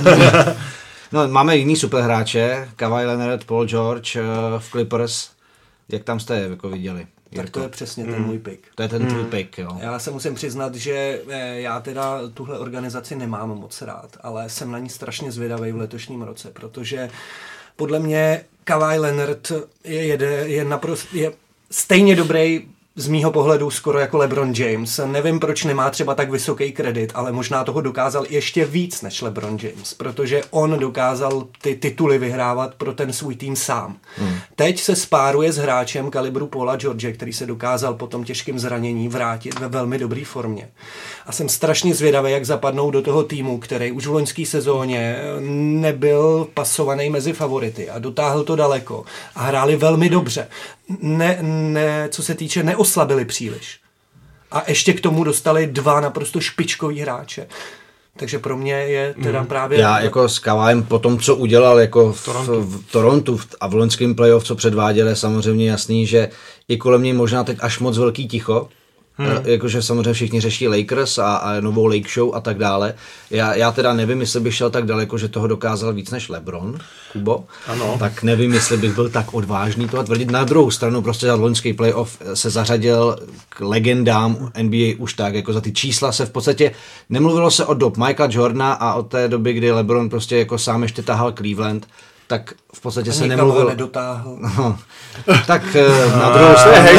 No, máme jiný super hráče, Kawhi Leonard, Paul George uh, v Clippers. Jak tam jste je jako viděli? Tak Jirko? To je přesně ten mm. můj pick. To je ten mm. tvůj pick, jo. Já se musím přiznat, že já teda tuhle organizaci nemám moc rád, ale jsem na ní strašně zvědavý v letošním roce, protože podle mě Kawhi Leonard je, jede, je naprosto je stejně dobrý z mýho pohledu skoro jako LeBron James. Nevím, proč nemá třeba tak vysoký kredit, ale možná toho dokázal ještě víc než LeBron James, protože on dokázal ty tituly vyhrávat pro ten svůj tým sám. Hmm. Teď se spáruje s hráčem kalibru Paula George, který se dokázal po tom těžkém zranění vrátit ve velmi dobré formě. A jsem strašně zvědavý, jak zapadnou do toho týmu, který už v loňské sezóně nebyl pasovaný mezi favority a dotáhl to daleko a hráli velmi dobře. Ne, ne, co se týče, neoslabili příliš. A ještě k tomu dostali dva naprosto špičkový hráče. Takže pro mě je teda mm. právě... Já jako s Kawhiem po tom, co udělal jako v Torontu, v Torontu a v loňském playoff, co předváděl, je samozřejmě jasný, že i kolem něj možná teď až moc velký ticho. Hmm. Jakože samozřejmě všichni řeší Lakers a, a novou Lake Show a tak dále. Já, já teda nevím, jestli bych šel tak daleko, že toho dokázal víc než LeBron, Kubo. Ano. Tak nevím, jestli bych byl tak odvážný toho tvrdit. Na druhou stranu prostě za loňský playoff se zařadil k legendám N B A už tak, jako za ty čísla se v podstatě nemluvilo se od dob Michaela Jordana a od té doby, kdy LeBron prostě jako sám ještě tahal Cleveland, tak v podstatě se nemluvil. Nedotáhl. No, tak na druhou stranu.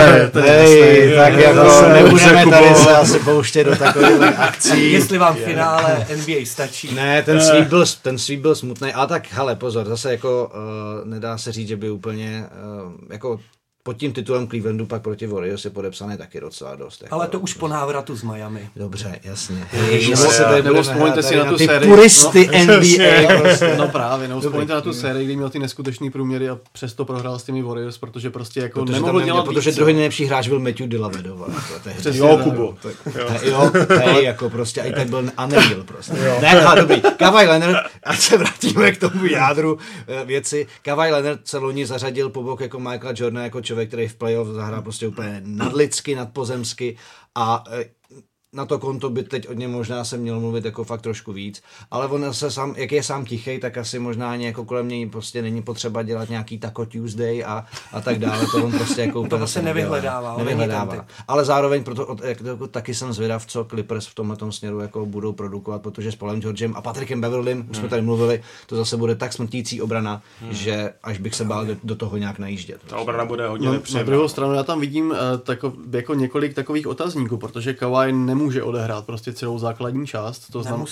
Hej, tak jako nebudeme tady se asi pouštět do takových akcí. Jestli vám v finále N B A stačí. Ne, ten sweep byl, ten sweep byl smutný, ale tak hele, pozor, zase jako uh, nedá se říct, že by úplně uh, jako pod tím titulem Clevelandu pak proti Warriors je podepsaný taky docela dost. Jako, ale to už po návratu z Miami. Dobře, jasně. Nebo vzpomeňte si na tu ty sérii. puristy no, N B A. Prostě. No právě, no vzpomeňte na tu sérii, kdy měl ty neskutečný průměry a přesto prohrál s těmi Warriors, protože prostě jako protože nemohl dělat víc. Protože druhý nejlepší hráč byl Matthew Dellavedova. Přesně, jo, Kubo. Jo, hej, jako prostě, a i tak byl unreal prostě. Ne, ale dobrý. Kawhi Leonard, ať se vrátíme k tomu jádru věci. Kawhi Leonard se loni zařadil po bok jako Michaela Jordana, jako člověk, který v playoff zahrál prostě úplně nadlidsky, nadpozemsky a na to konto by teď od něj možná se měl mluvit jako fakt trošku víc, ale on se sám, jak je sám tichej, tak asi možná ani jako kolem něj prostě není potřeba dělat nějaký Taco Tuesday a, a tak dále, to on prostě jako úplně to se nevyhledává, nevyhledává. Ale zároveň proto jak, jako, taky jsem zvědav, co Clippers v tomhletom směru jako budou produkovat, protože s Paulem Georgem a Patrickem Beverleym, hmm. už jsme tady mluvili, to zase bude tak smrtící obrana, hmm. že až bych se bál do, do toho nějak najíždět. Ta obrana bude hodně no, nepříjemná. Na druhou stranu já tam vidím uh, tako, jako několik takových otazníků, protože Kawhi nemůže odehrát prostě celou základní část. To znam...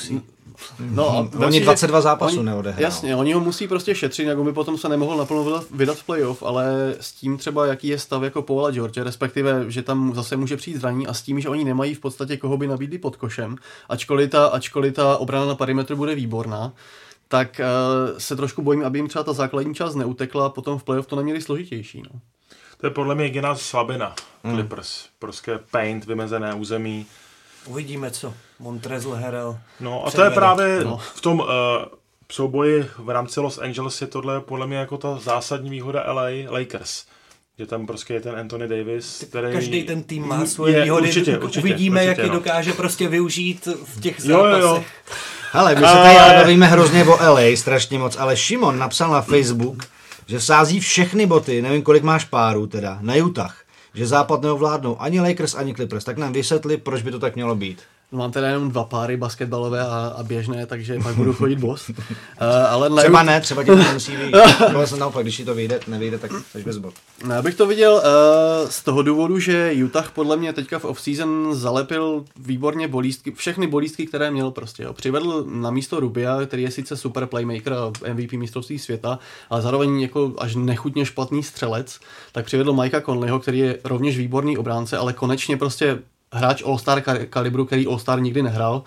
No, oni dvacet dva zápasů oni, neodehrál. Jasně, oni ho musí prostě šetřit, jak by potom se nemohl naplno vydat v playoff, ale s tím třeba, jaký je stav jako Paula George, respektive, že tam zase může přijít zraní a s tím, že oni nemají v podstatě koho by nabídli pod košem, ačkoliv ta, ačkoliv ta obrana na perimetru bude výborná, tak uh, se trošku bojím, aby jim třeba ta základní část neutekla a potom v playoff to neměli složitější. No. To je podle mě jediná slabina hmm. Clippers. Prostě paint, vymezené území. Uvidíme, co Montrezl Harrell. No a to je právě no. v tom uh, souboji v rámci Los Angeles je tohle podle mě jako ta zásadní výhoda L A Lakers. Že tam prostě je ten Anthony Davis, který... Každý ten tým má svoje výhody. Určitě, určitě, Uvidíme, určitě, jak je no. dokáže prostě využít v těch zápasech. Jo, jo, jo. Hele, my se tady bavíme hrozně o L A, strašně moc, ale Šimon napsal na Facebook, že sází všechny boty, nevím, kolik máš párů teda, na Utah. Že západ neovládnou ani Lakers, ani Clippers. Tak nám vysvětli, proč by to tak mělo být. Mám teda jenom dva páry, basketbalové a, a běžné, takže pak budu chodit boss. Uh, ale třeba ne, třeba ti to nemusí vyjít. No, naopak, když ti to vyjde, nevyjde, tak jsi bez bod. No, já bych to viděl uh, z toho důvodu, že Utah podle mě teďka v off-season zalepil výborně bolístky, všechny bolístky, které měl prostě. Jo. Přivedl na místo Rubia, který je sice super playmaker a M V P mistrovství světa, ale zároveň jako až nechutně špatný střelec, tak přivedl Mikea Conleyho, který je rovněž výborný obránce, ale konečně prostě hráč All-Star kalibru, který All-Star nikdy nehrál,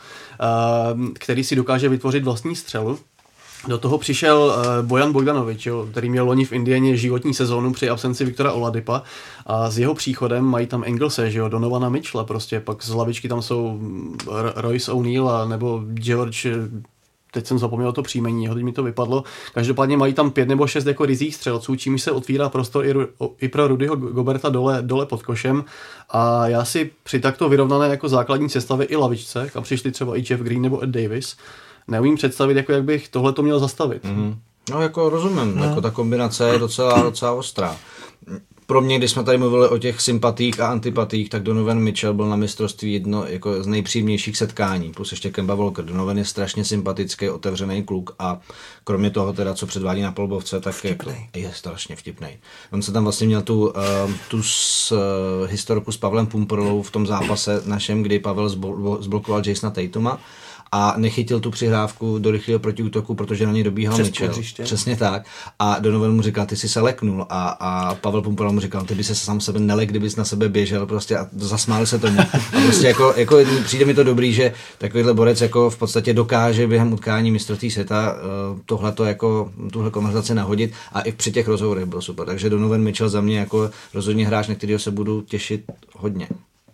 který si dokáže vytvořit vlastní střelu. Do toho přišel Bojan Bogdanovič, jo, který měl loni v Indianě životní sezónu při absenci Viktora Oladipa a s jeho příchodem mají tam Englese, že jo, Donovana Mitchella prostě, pak z lavičky tam jsou Royce O'Neal nebo George, teď jsem zapomněl to příjmení, jeho teď mi to vypadlo. Každopádně mají tam pět nebo šest jako rizích střelců, čímž se otvírá prostor i, i pro Rudyho Goberta dole, dole pod košem. A já si při takto vyrovnané jako základní sestavě i lavičce, kam přišli třeba i Jeff Green nebo Ed Davis, neumím představit, jako jak bych tohle to měl zastavit. Mm-hmm. No jako rozumím, no. Jako ta kombinace je docela, docela ostrá. Pro mě, když jsme tady mluvili o těch sympatích a antipatích, tak Donovan Mitchell byl na mistrovství jedno jako z nejpříjemnějších setkání, plus ještě Kemba Walker. Donovan je strašně sympatický, otevřený kluk a kromě toho teda, co předvádí na polbovce, tak je, to, je strašně vtipnej. On se tam vlastně měl tu, uh, tu s, uh, historku s Pavlem Pumperlou v tom zápase našem, kdy Pavel zblo- zblokoval Jasona Tatuma a nechytil tu přihrávku do rychlého protiútoku, protože na něj dobíhal Mitchell. Přesně tak. A Donovan mu říkal, ty jsi se leknul. A, a Pavel Pumpel mu říkal, ty by se sám sebe nelek, kdybys na sebe běžel. Prostě a zasmáli se tomu. A prostě jako, jako přijde mi to dobrý, že takovýhle borec jako v podstatě dokáže během utkání mistrovství světa uh, tohleto jako tuhle konverzaci nahodit. A i při těch rozhovorech byl super. Takže Donovan Mitchell za mě jako rozhodně hráč, na kterého se budu těšit hodně.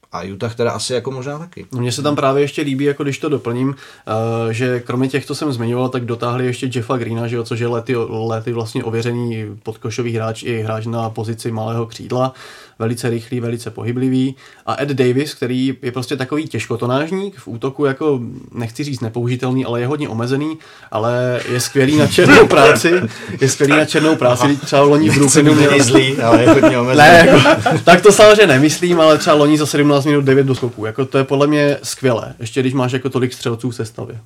A Utah teda asi jako možná taky. Mně se tam právě ještě líbí, jako když to doplním, uh, že kromě těch, co jsem zmiňoval, tak dotáhli ještě Jeffa Greena, že jo, což je lety, lety vlastně ověřený podkošový hráč i hráč na pozici malého křídla, velice rychlý, velice pohyblivý. A Ed Davis, který je prostě takový těžkotonážník, v útoku jako, nechci říct nepoužitelný, ale je hodně omezený, ale je skvělý na černou práci, je skvělý na černou práci, třeba loni v Brooklynu měl... zlý, ale je hodně omezený. Ne, jako, tak to samozřejmě nemyslím, ale třeba loni za sedmnáct minut devět doskoků, jako to je podle mě skvělé, ještě když máš jako tolik střelců v sestavě.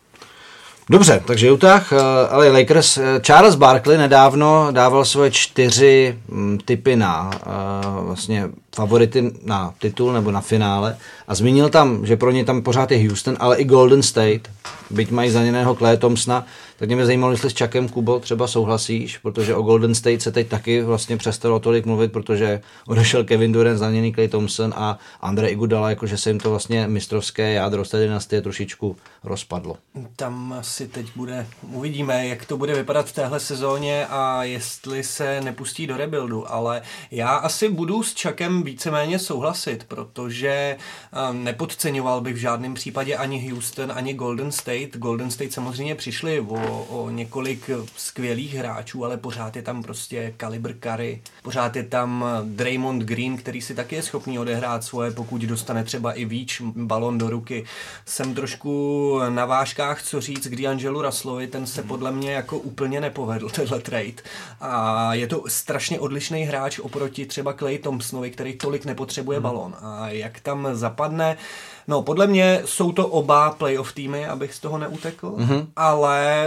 Dobře, takže Utah, ale Lakers. Charles Barkley nedávno dával svoje čtyři tipy na uh, vlastně favority na titul nebo na finále a zmínil tam, že pro ně tam pořád je Houston, ale i Golden State, byť mají zraněného Claye Thompsona, tak mě zajímalo, jestli s Chuckem, Kubo, třeba souhlasíš, protože o Golden State se teď taky vlastně přestalo tolik mluvit, protože odešel Kevin Durant, zraněný Clay Thompson a Andre Iguodala, jakože se jim to vlastně mistrovské jádro z té dynastie trošičku rozpadlo. Tam asi teď bude, uvidíme, jak to bude vypadat v téhle sezóně a jestli se nepustí do rebuildu, ale já asi budu s Chuckem víceméně souhlasit, protože nepodceňoval bych v žádném případě ani Houston, ani Golden State. Golden State samozřejmě přišli o, o několik skvělých hráčů, ale pořád je tam prostě kalibr Curry, pořád je tam Draymond Green, který si taky je schopný odehrát svoje, pokud dostane třeba i víc balon do ruky. Jsem trošku na vážkách, co říct k D'Angelu Russellovi, ten se podle mě jako úplně nepovedl, tenhle trade. A je to strašně odlišný hráč oproti třeba Clay Thompsonovi, který tolik nepotřebuje balon. A jak tam zapadne, no podle mě jsou to oba playoff týmy, abych z toho neutekl, mm-hmm. ale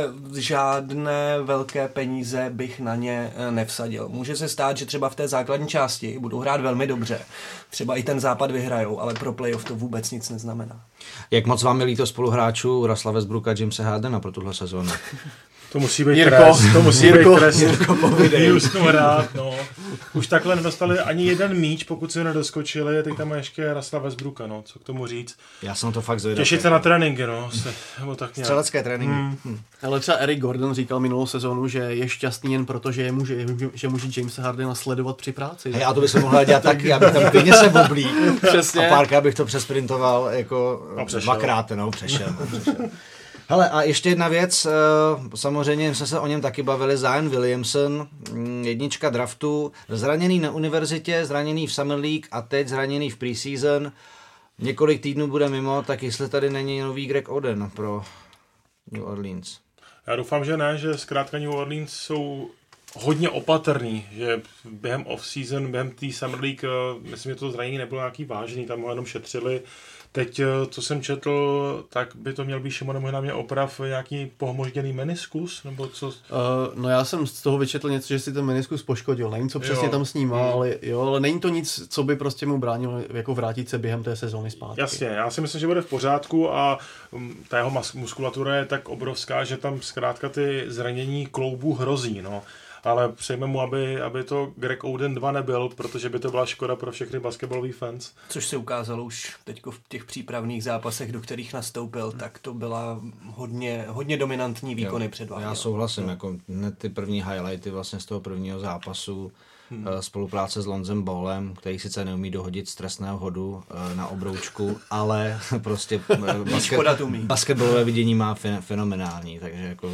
žádné velké peníze bych na ně nevsadil. Může se stát, že třeba v té základní části budou hrát velmi dobře. Třeba i ten západ vyhrajou, ale pro playoff to vůbec nic neznamená. Jak moc vám je líto spoluhráčů Russella Westbrooka a Jamesa Hardena pro tuhle sezónu? To musí být Jirko, kres, to musí Jirko, být kres. Jirko, povídej. Houston hrát, no. Už takhle nedostali ani jeden míč, pokud se ho nedoskočili, teď tam má ještě Russella Westbrooka, no, co k tomu říct. Já jsem to fakt zvědavý. Těšit se na tréninky, no, se, nebo tak nějak. Střelecké tréninky. Hmm. Hmm. Ale třeba Eric Gordon říkal minulou sezónu, že je šťastný jen proto, že, je může, že může Jamesa Hardena sledovat při práci. Hej, a to bych se mohl dělat taky, já bych tam klidně se oblík. Přesně. A párkrát bych to přesprintoval jako no, přešel. dvakrát, no, přešel. přešel. Hele, a ještě jedna věc, samozřejmě jsme se o něm taky bavili, Zion Williamson, jednička draftu, zraněný na univerzitě, zraněný v Summer League a teď zraněný v preseason. Několik týdnů bude mimo, tak jestli tady není nový Greg Oden pro New Orleans. Já doufám, že ne, že zkrátka New Orleans jsou hodně opatrný, že během off-season, během té Summer League, myslím, že to zranění nebylo nějaký vážný, tam ho jenom šetřili. Teď, co jsem četl, tak by to měl být Šimone možná mě oprav nějaký pohmožděný meniskus, nebo co? Uh, no já jsem z toho vyčetl něco, že si ten meniskus poškodil, nevím, co přesně jo. tam s ním má, hmm. ale jo, ale není to nic, co by prostě mu bránilo jako vrátit se během té sezóny zpátky. Jasně, já si myslím, že bude v pořádku a ta jeho muskulatura je tak obrovská, že tam zkrátka ty zranění kloubů hrozí, no. Ale přejme mu, aby, aby to Greg Oden dva nebyl, protože by to byla škoda pro všechny basketbalový fans. Což se ukázalo už teď v těch přípravných zápasech, do kterých nastoupil, tak to byla hodně, hodně dominantní výkony jo, předváděl. Já souhlasím, no. Jako hned ty první highlighty vlastně z toho prvního zápasu, hmm. spolupráce s Lonzem Ballem, který sice neumí dohodit z trestného hodu na obroučku, ale prostě basket, basketbalové vidění má fenomenální, takže jako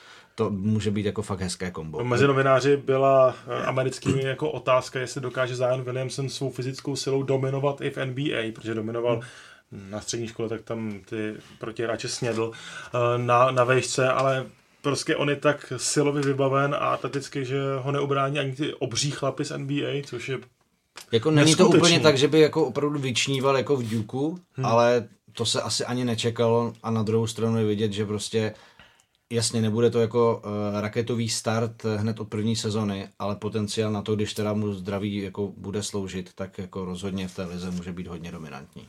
to může být jako fakt hezké kombo. Mezi novináři byla americkými jako otázka, jestli dokáže Zion Williamson svou fyzickou silou dominovat i v N B A, protože dominoval na střední škole, tak tam ty protihráče snědl na, na vejšce, ale prostě on je tak silově vybaven a atleticky, že ho neubrání ani ty obří chlapy z N B A, což je jako není to úplně tak, že by jako opravdu vyčníval jako v Duku, hmm. ale to se asi ani nečekalo a na druhou stranu je vidět, že prostě jasně, nebude to jako uh, raketový start hned od první sezony, ale potenciál na to, když teda mu zdraví jako bude sloužit, tak jako rozhodně v té lize může být hodně dominantní.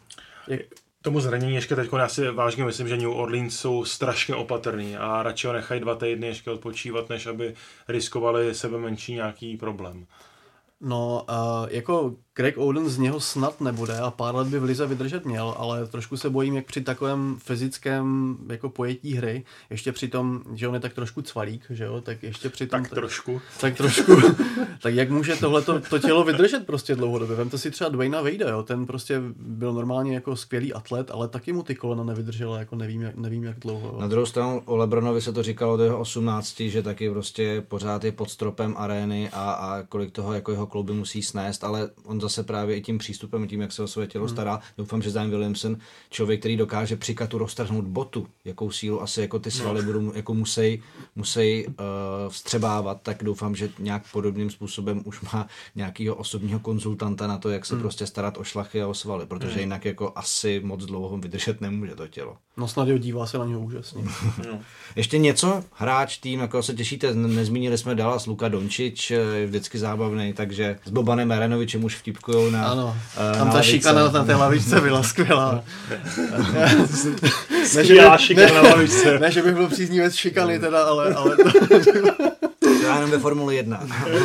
Tomu zranění ještě teď já si vážně myslím, že New Orleans jsou strašně opatrný a radši ho nechají dva týdny ještě odpočívat, než aby riskovali sebe menší nějaký problém. No, uh, jako Greg Oden z něho snad nebude a pár let by v lize vydržet měl, ale trošku se bojím, jak při takovém fyzickém jako pojetí hry, ještě při tom, že on je tak trošku cvalík, že jo, tak ještě při tom... Tak trošku. Tak trošku. Tak jak může tohleto to tělo vydržet prostě dlouhodobě? Vemte si třeba Dwayna Wadea, jo, ten prostě byl normálně jako skvělý atlet, ale taky mu ty kolena nevydržela, jako nevím, jak, nevím jak dlouho. Na druhou stranu o LeBronovi se to říkalo do jeho osmnácti, že taky prostě pořád je pod stropem arény a, a kolik toho jako jeho kluby musí snést, ale on zase právě i tím přístupem, tím, jak se o své tělo stará, hmm. doufám, že Zion Williamson, člověk, který dokáže při katu roztrhnout botu, jakou sílu asi jako ty svaly no. budou, jako musí, musí uh, vstřebávat, tak doufám, že nějak podobným způsobem už má nějakého osobního konzultanta na to, jak se hmm. prostě starat o šlachy a o svaly, protože hmm. jinak jako asi moc dlouho vydržet nemůže to tělo. No snad jo, dívá se na něho úžasně. no. Ještě něco? Hráč, tým, jako se těšíte, nezmínili jsme Dallas, Luka Dončić, je vždycky zábavný, takže s Bobanem Marjanovičem už vtipkujou na Ano, uh, tam na ta šikana na té lavičce byla skvělá. Skvělá šikana na lavičce. Ne, že bych byl příznivec šikany teda, ale... ale Já jenom ve Formule jedna.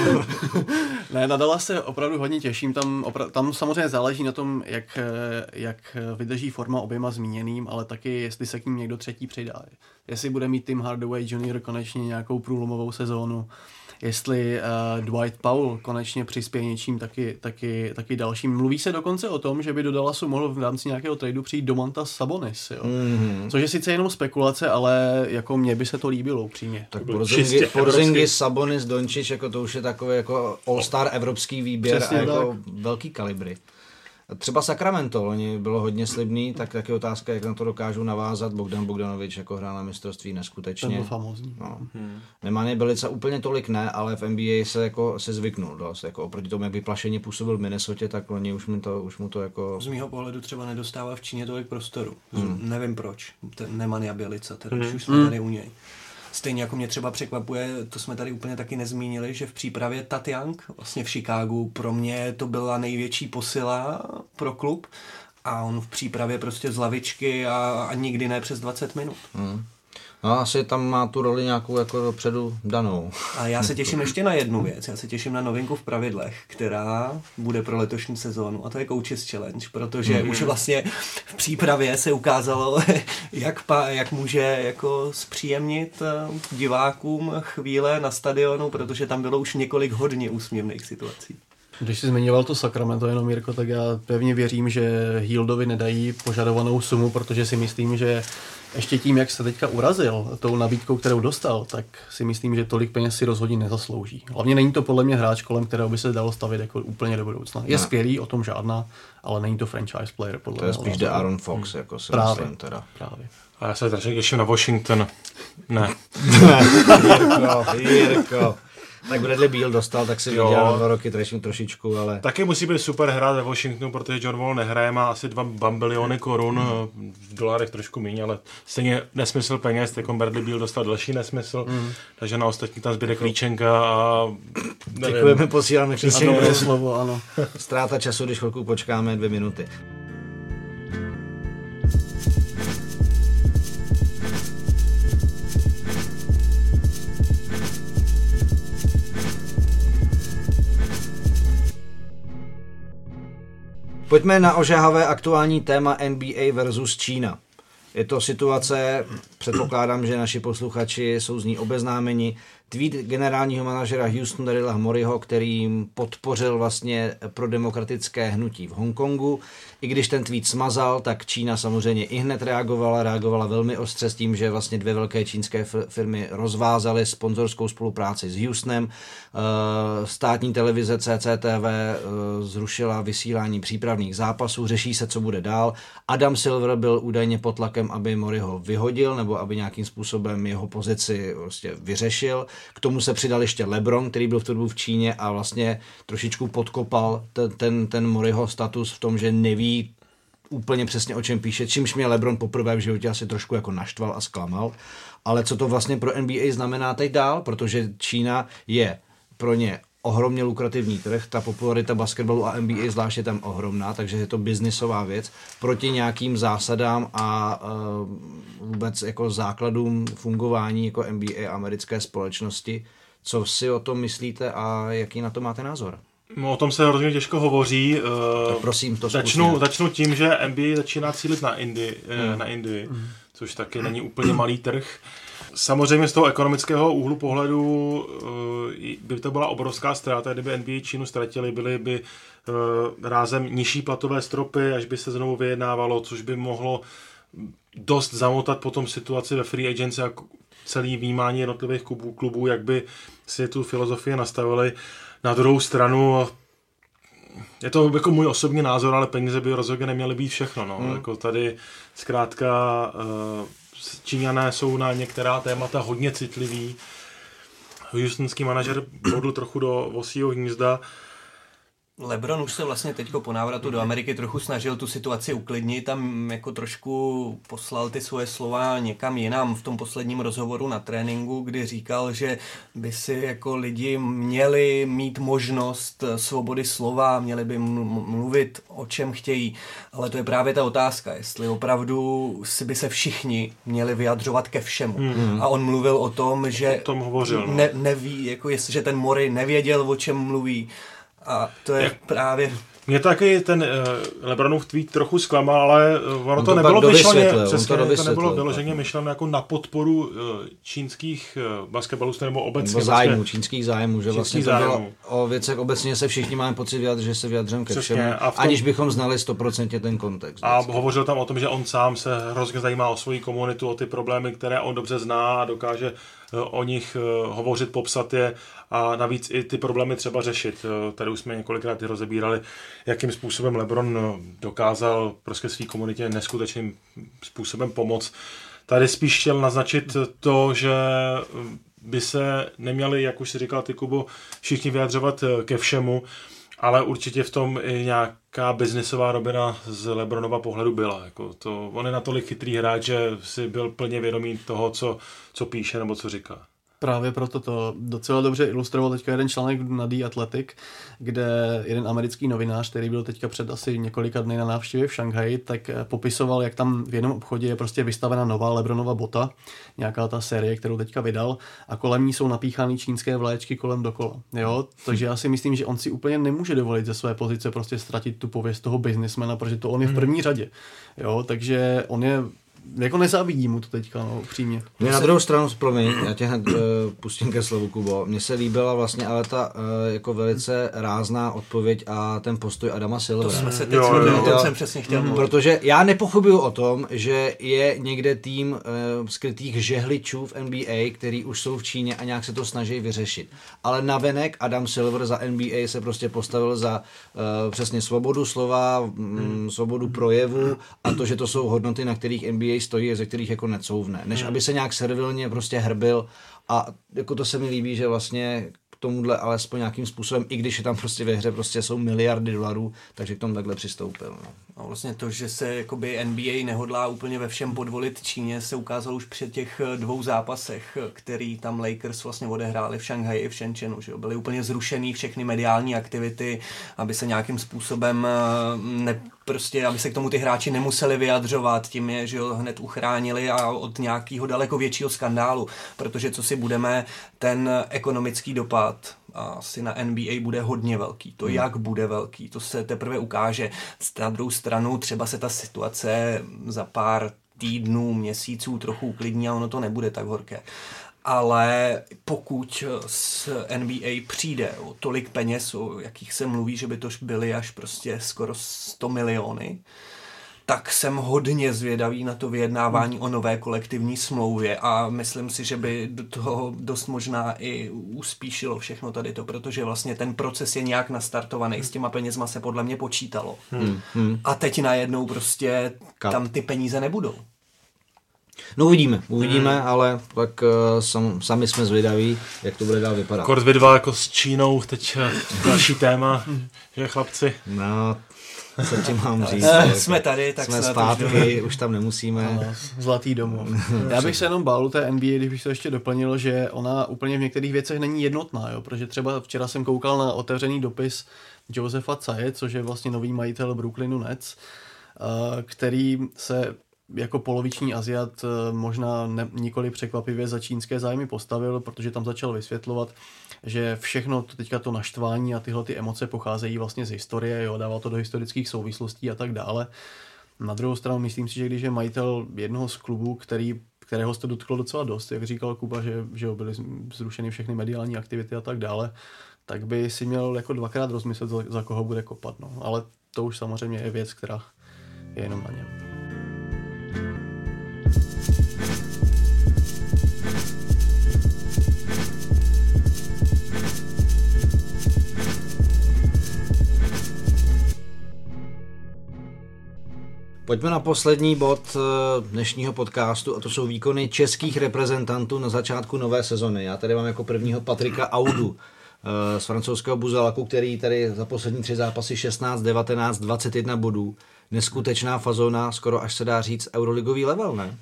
Ne, na Dallas se opravdu hodně těším, tam, opra- tam samozřejmě záleží na tom, jak, jak vydrží forma oběma zmíněným, ale taky jestli se k ním někdo třetí přidá. Jestli bude mít Tim Hardaway junior konečně nějakou průlomovou sezónu, jestli uh, Dwight Powell konečně přispěje něčím taky, taky, taky dalším. Mluví se dokonce o tom, že by do Dallasu mohl v rámci nějakého tradu přijít Domantas Sabonis, jo. Mm-hmm. Což je sice jenom spekulace, ale jako mně by se to líbilo upřímně. Tak Porzingis, Porzingis, Sabonis, Dončić, jako to už je takový jako all-star evropský výběr. Přesně a jako tak. Velký kalibry. Třeba Sacramento, oni bylo hodně slibný, tak taky otázka, jak na to dokážou navázat. Bogdan Bogdanovič jako hrál na mistrovství neskutečně. Ten byl famózní. No. Hmm. Nemanja Bjelica úplně tolik ne, ale v N B A se jako se zvyknul dost. Jako oproti tomu, jak vyplašeně působil v Minnesotě, tak oni už mu to, už mu to jako... Z mýho pohledu třeba nedostává v Číně tolik prostoru. Hmm. Nevím proč. Ten Nemanja Bjelica, teda hmm. už jsme hmm. tady u něj. Stejně jako mě třeba překvapuje, to jsme tady úplně taky nezmínili, že v přípravě Tat Young, vlastně v Chicagu, pro mě to byla největší posila pro klub a on v přípravě prostě z lavičky a, a nikdy ne přes dvacet minut. Hmm. No asi tam má tu roli nějakou jako dopředu danou. A já se těším ještě na jednu věc. Já se těším na novinku v pravidlech, která bude pro letošní sezónu. A to je Coaches Challenge, protože mm. už vlastně v přípravě se ukázalo, jak, pa, jak může jako zpříjemnit divákům chvíle na stadionu, protože tam bylo už několik hodně úsměvných situací. Když jsi zmiňoval to Sacramento jenom, Jirko, tak já pevně věřím, že Hieldovi nedají požadovanou sumu, protože si myslím, že ještě tím, jak se teďka urazil tou nabídkou, kterou dostal, tak si myslím, že tolik peněz si rozhodně nezaslouží. Hlavně není to podle mě hráč, kolem kterého by se dalo stavit jako úplně do budoucna. Je ne. skvělý, o tom žádná, ale není to franchise player podle mě. To je spíš The Aaron Fox, hmm. jako si právě, myslím teda. Právě. A já se strašně těším na Washington. Ne. Jirko, Jirko. Tak Bradley Beal dostal, tak si vydělal dva roky troši, trošičku, ale... Taky musí být super hrát ve Washingtonu, protože John Wall nehraje, má asi dva bambiliony korun, mm. v dolarech trošku méně, ale stejně nesmysl peněz, jako Bradley Beal dostal další nesmysl, mm. takže na ostatní tam zbyde klíčenka a... Nevím. Děkujeme, posíláme klíčenku. Dobré slovo, ano. Ztráta času, když chvilku počkáme, dvě minuty. Pojďme na ožehavé aktuální téma N B A versus Čína. Je to situace, předpokládám, že naši posluchači jsou z ní obeznámeni. Tweet generálního manažera Houston Daryla Moreyho, který podpořil vlastně pro demokratické hnutí v Hongkongu. I když ten tweet smazal, tak Čína samozřejmě i hned reagovala, reagovala velmi ostře s tím, že vlastně dvě velké čínské firmy rozvázaly sponzorskou spolupráci s Houstonem. Státní televize C C T V zrušila vysílání přípravných zápasů, řeší se, co bude dál. Adam Silver byl údajně pod tlakem, aby Moreyho vyhodil nebo aby nějakým způsobem jeho pozici vlastně vyřešil. K tomu se přidal ještě LeBron, který byl v tu dobu v Číně a vlastně trošičku podkopal ten, ten, ten Moreyho status v tom, že neví úplně přesně, o čem píše, čímž mě LeBron poprvé v životě asi trošku jako naštval a zklamal. Ale co to vlastně pro N B A znamená teď dál, protože Čína je pro ně ohromně lukrativní trh, ta popularita basketbalu a N B A zvláště tam ohromná, takže je to biznisová věc proti nějakým zásadám a uh, vůbec jako základům fungování jako N B A americké společnosti. Co si o tom myslíte a jaký na to máte názor? No, o tom se hrozně těžko hovoří. Tak prosím, to začnu, začnu tím, že N B A začíná cílit na Indii, mm. na Indii mm. což taky není úplně malý trh. Samozřejmě z toho ekonomického úhlu pohledu by to byla obrovská ztráta, kdyby N B A Čínu ztratili, byly by rázem nižší platové stropy, až by se znovu vyjednávalo, což by mohlo dost zamotat potom situaci ve free agency a celý výjímání jednotlivých klubů, klubů, jak by si tu filozofii nastavili. Na druhou stranu, je to jako můj osobní názor, ale peníze by rozhodně neměly být všechno. No. Hmm. Jako tady zkrátka Číňané jsou na některá témata hodně citliví. Houstonský manažer bodl trochu do vosího hnízda. LeBron už se vlastně teďko po návratu do Ameriky trochu snažil tu situaci uklidnit, tam jako trošku poslal ty svoje slova někam jinam v tom posledním rozhovoru na tréninku, kdy říkal, že by si jako lidi měli mít možnost svobody slova, měli by mluvit o čem chtějí, ale to je právě ta otázka, jestli opravdu si by se všichni měli vyjadřovat ke všemu. Mm-hmm. A on mluvil o tom, že o tom hovořil, no. ne, neví, jako jestli, že ten Murray nevěděl, o čem mluví. A to je Jak, právě... Mě taky ten uh, LeBronův tweet trochu zklamal, ale ono to, to nebylo myšleně, přesně, to, to nebylo vyloženě myšlené jako na podporu uh, čínských uh, basketbalistů nebo obecně. Nebo zájmu, vlastně, čínských zájmů, že vlastně to bylo o věcech obecně se všichni máme pocit vyjádřit, že se vyjadřujeme ke všemu, tom, aniž bychom znali sto procent ten kontext. A vždycky. Hovořil tam o tom, že on sám se hrozně zajímá o svoji komunitu, o ty problémy, které on dobře zná a dokáže o nich hovořit, popsat je a navíc i ty problémy třeba řešit. Tady už jsme několikrát rozebírali, jakým způsobem LeBron dokázal prostě své komunitě neskutečným způsobem pomoct. Tady spíš chtěl naznačit to, že by se neměli, jak už si říkal ty, Kubo, všichni vyjadřovat ke všemu, ale určitě v tom i nějaká biznisová robina z LeBronova pohledu byla. Jako to, on je natolik chytrý hráč, že si byl plně vědomý toho, co, co píše nebo co říká. Právě proto to docela dobře ilustroval teďka jeden článek na The Athletic, kde jeden americký novinář, který byl teďka před asi několika dny na návštěvě v Šanghaji, tak popisoval, jak tam v jednom obchodě je prostě vystavena nová LeBronova bota, nějaká ta série, kterou teďka vydal, a kolem ní jsou napíchané čínské vlaječky kolem dokola. Jo? Takže já si myslím, že on si úplně nemůže dovolit ze své pozice prostě ztratit tu pověst toho biznismena, protože to on je v první řadě. Jo? Takže on je jako nezávidí mu to teďka, no, upřímně. Mě na druhou stranu, promiň, já tě hned uh, pustím ke slovu, Kubo. Mně se líbila vlastně ale ta uh, jako velice rázná odpověď a ten postoj Adama Silvera. To jsme se teď shodli, o tom jsem přesně chtěl mluvit. Protože já nepochybuju o tom, že je někde tým uh, skrytých žehličů v N B A, který už jsou v Číně a nějak se to snaží vyřešit. Ale navenek Adam Silver za N B A se prostě postavil za uh, přesně svobodu slova, mm, svobodu projevu a to, že to jsou hodnoty, na kterých N B A stojí, ze kterých jako necouvne, než aby se nějak servilně prostě hrbil a jako to se mi líbí, že vlastně k tomuhle alespoň nějakým způsobem, i když je tam prostě ve hře prostě jsou miliardy dolarů, takže k tomu takhle přistoupil. No. A vlastně to, že se jakoby N B A nehodlá úplně ve všem podvolit Číně, se ukázalo už při těch dvou zápasech, který tam Lakers vlastně odehráli v Šanghaji i v Shenzhenu, že jo? Byly úplně zrušený všechny mediální aktivity, aby se nějakým způsobem ne, prostě, aby se k tomu ty hráči nemuseli vyjadřovat, tím je, že jo, hned uchránili a od nějakého daleko většího skandálu, protože co si budeme, ten ekonomický dopad asi na N B A bude hodně velký. To, hmm. jak bude velký, to se teprve ukáže. Na druhou stranu třeba se ta situace za pár týdnů, měsíců trochu uklidní a ono to nebude tak horké. Ale pokud z N B A přijde o tolik peněz, o jakých se mluví, že by to byly až prostě skoro sto miliony, tak jsem hodně zvědavý na to vyjednávání o nové kolektivní smlouvě a myslím si, že by do toho dost možná i uspíšilo všechno tady to, protože vlastně ten proces je nějak nastartovaný, s těma penězma se podle mě počítalo. Hmm. Hmm. A teď najednou prostě Kat. tam ty peníze nebudou. No uvidíme, uvidíme, hmm. ale tak uh, sam, sami jsme zvědaví, jak to bude dál vypadat. Kort vy dva jako s Čínou, teď další téma, že chlapci. No, co ti mám říct? Jsme tady, tak jsme zpátky, už tam nemusíme. No, zlatý domov. Já bych se jenom bál té N B A, když bych to ještě doplnil, že ona úplně v některých věcech není jednotná, jo? Protože třeba včera jsem koukal na otevřený dopis Josefa Tsaje, což je vlastně nový majitel Brooklynu Nets, který se jako poloviční Aziat možná ne, nikoli překvapivě za čínské zájmy postavil, protože tam začal vysvětlovat, že všechno to teďka to naštvání a tyhle ty emoce pocházejí vlastně z historie, jo, dával to do historických souvislostí a tak dále. Na druhou stranu myslím si, že když je majitel jednoho z klubů, který, kterého se to dotklo docela dost, jak říkal Kuba, že, že byly zrušeny všechny mediální aktivity a tak dále, tak by si měl jako dvakrát rozmyslet, za, za koho bude kopat. No. Ale to už samozřejmě je věc, která je jenom na něm. Pojďme na poslední bod dnešního podcastu a to jsou výkony českých reprezentantů na začátku nové sezony. Já tady mám jako prvního Patrika Audu z francouzského Buzalaku, který tady za poslední tři zápasy šestnáct, devatenáct, dvacet jedna bodů. Neskutečná fazona, skoro až se dá říct euroligový level, ne?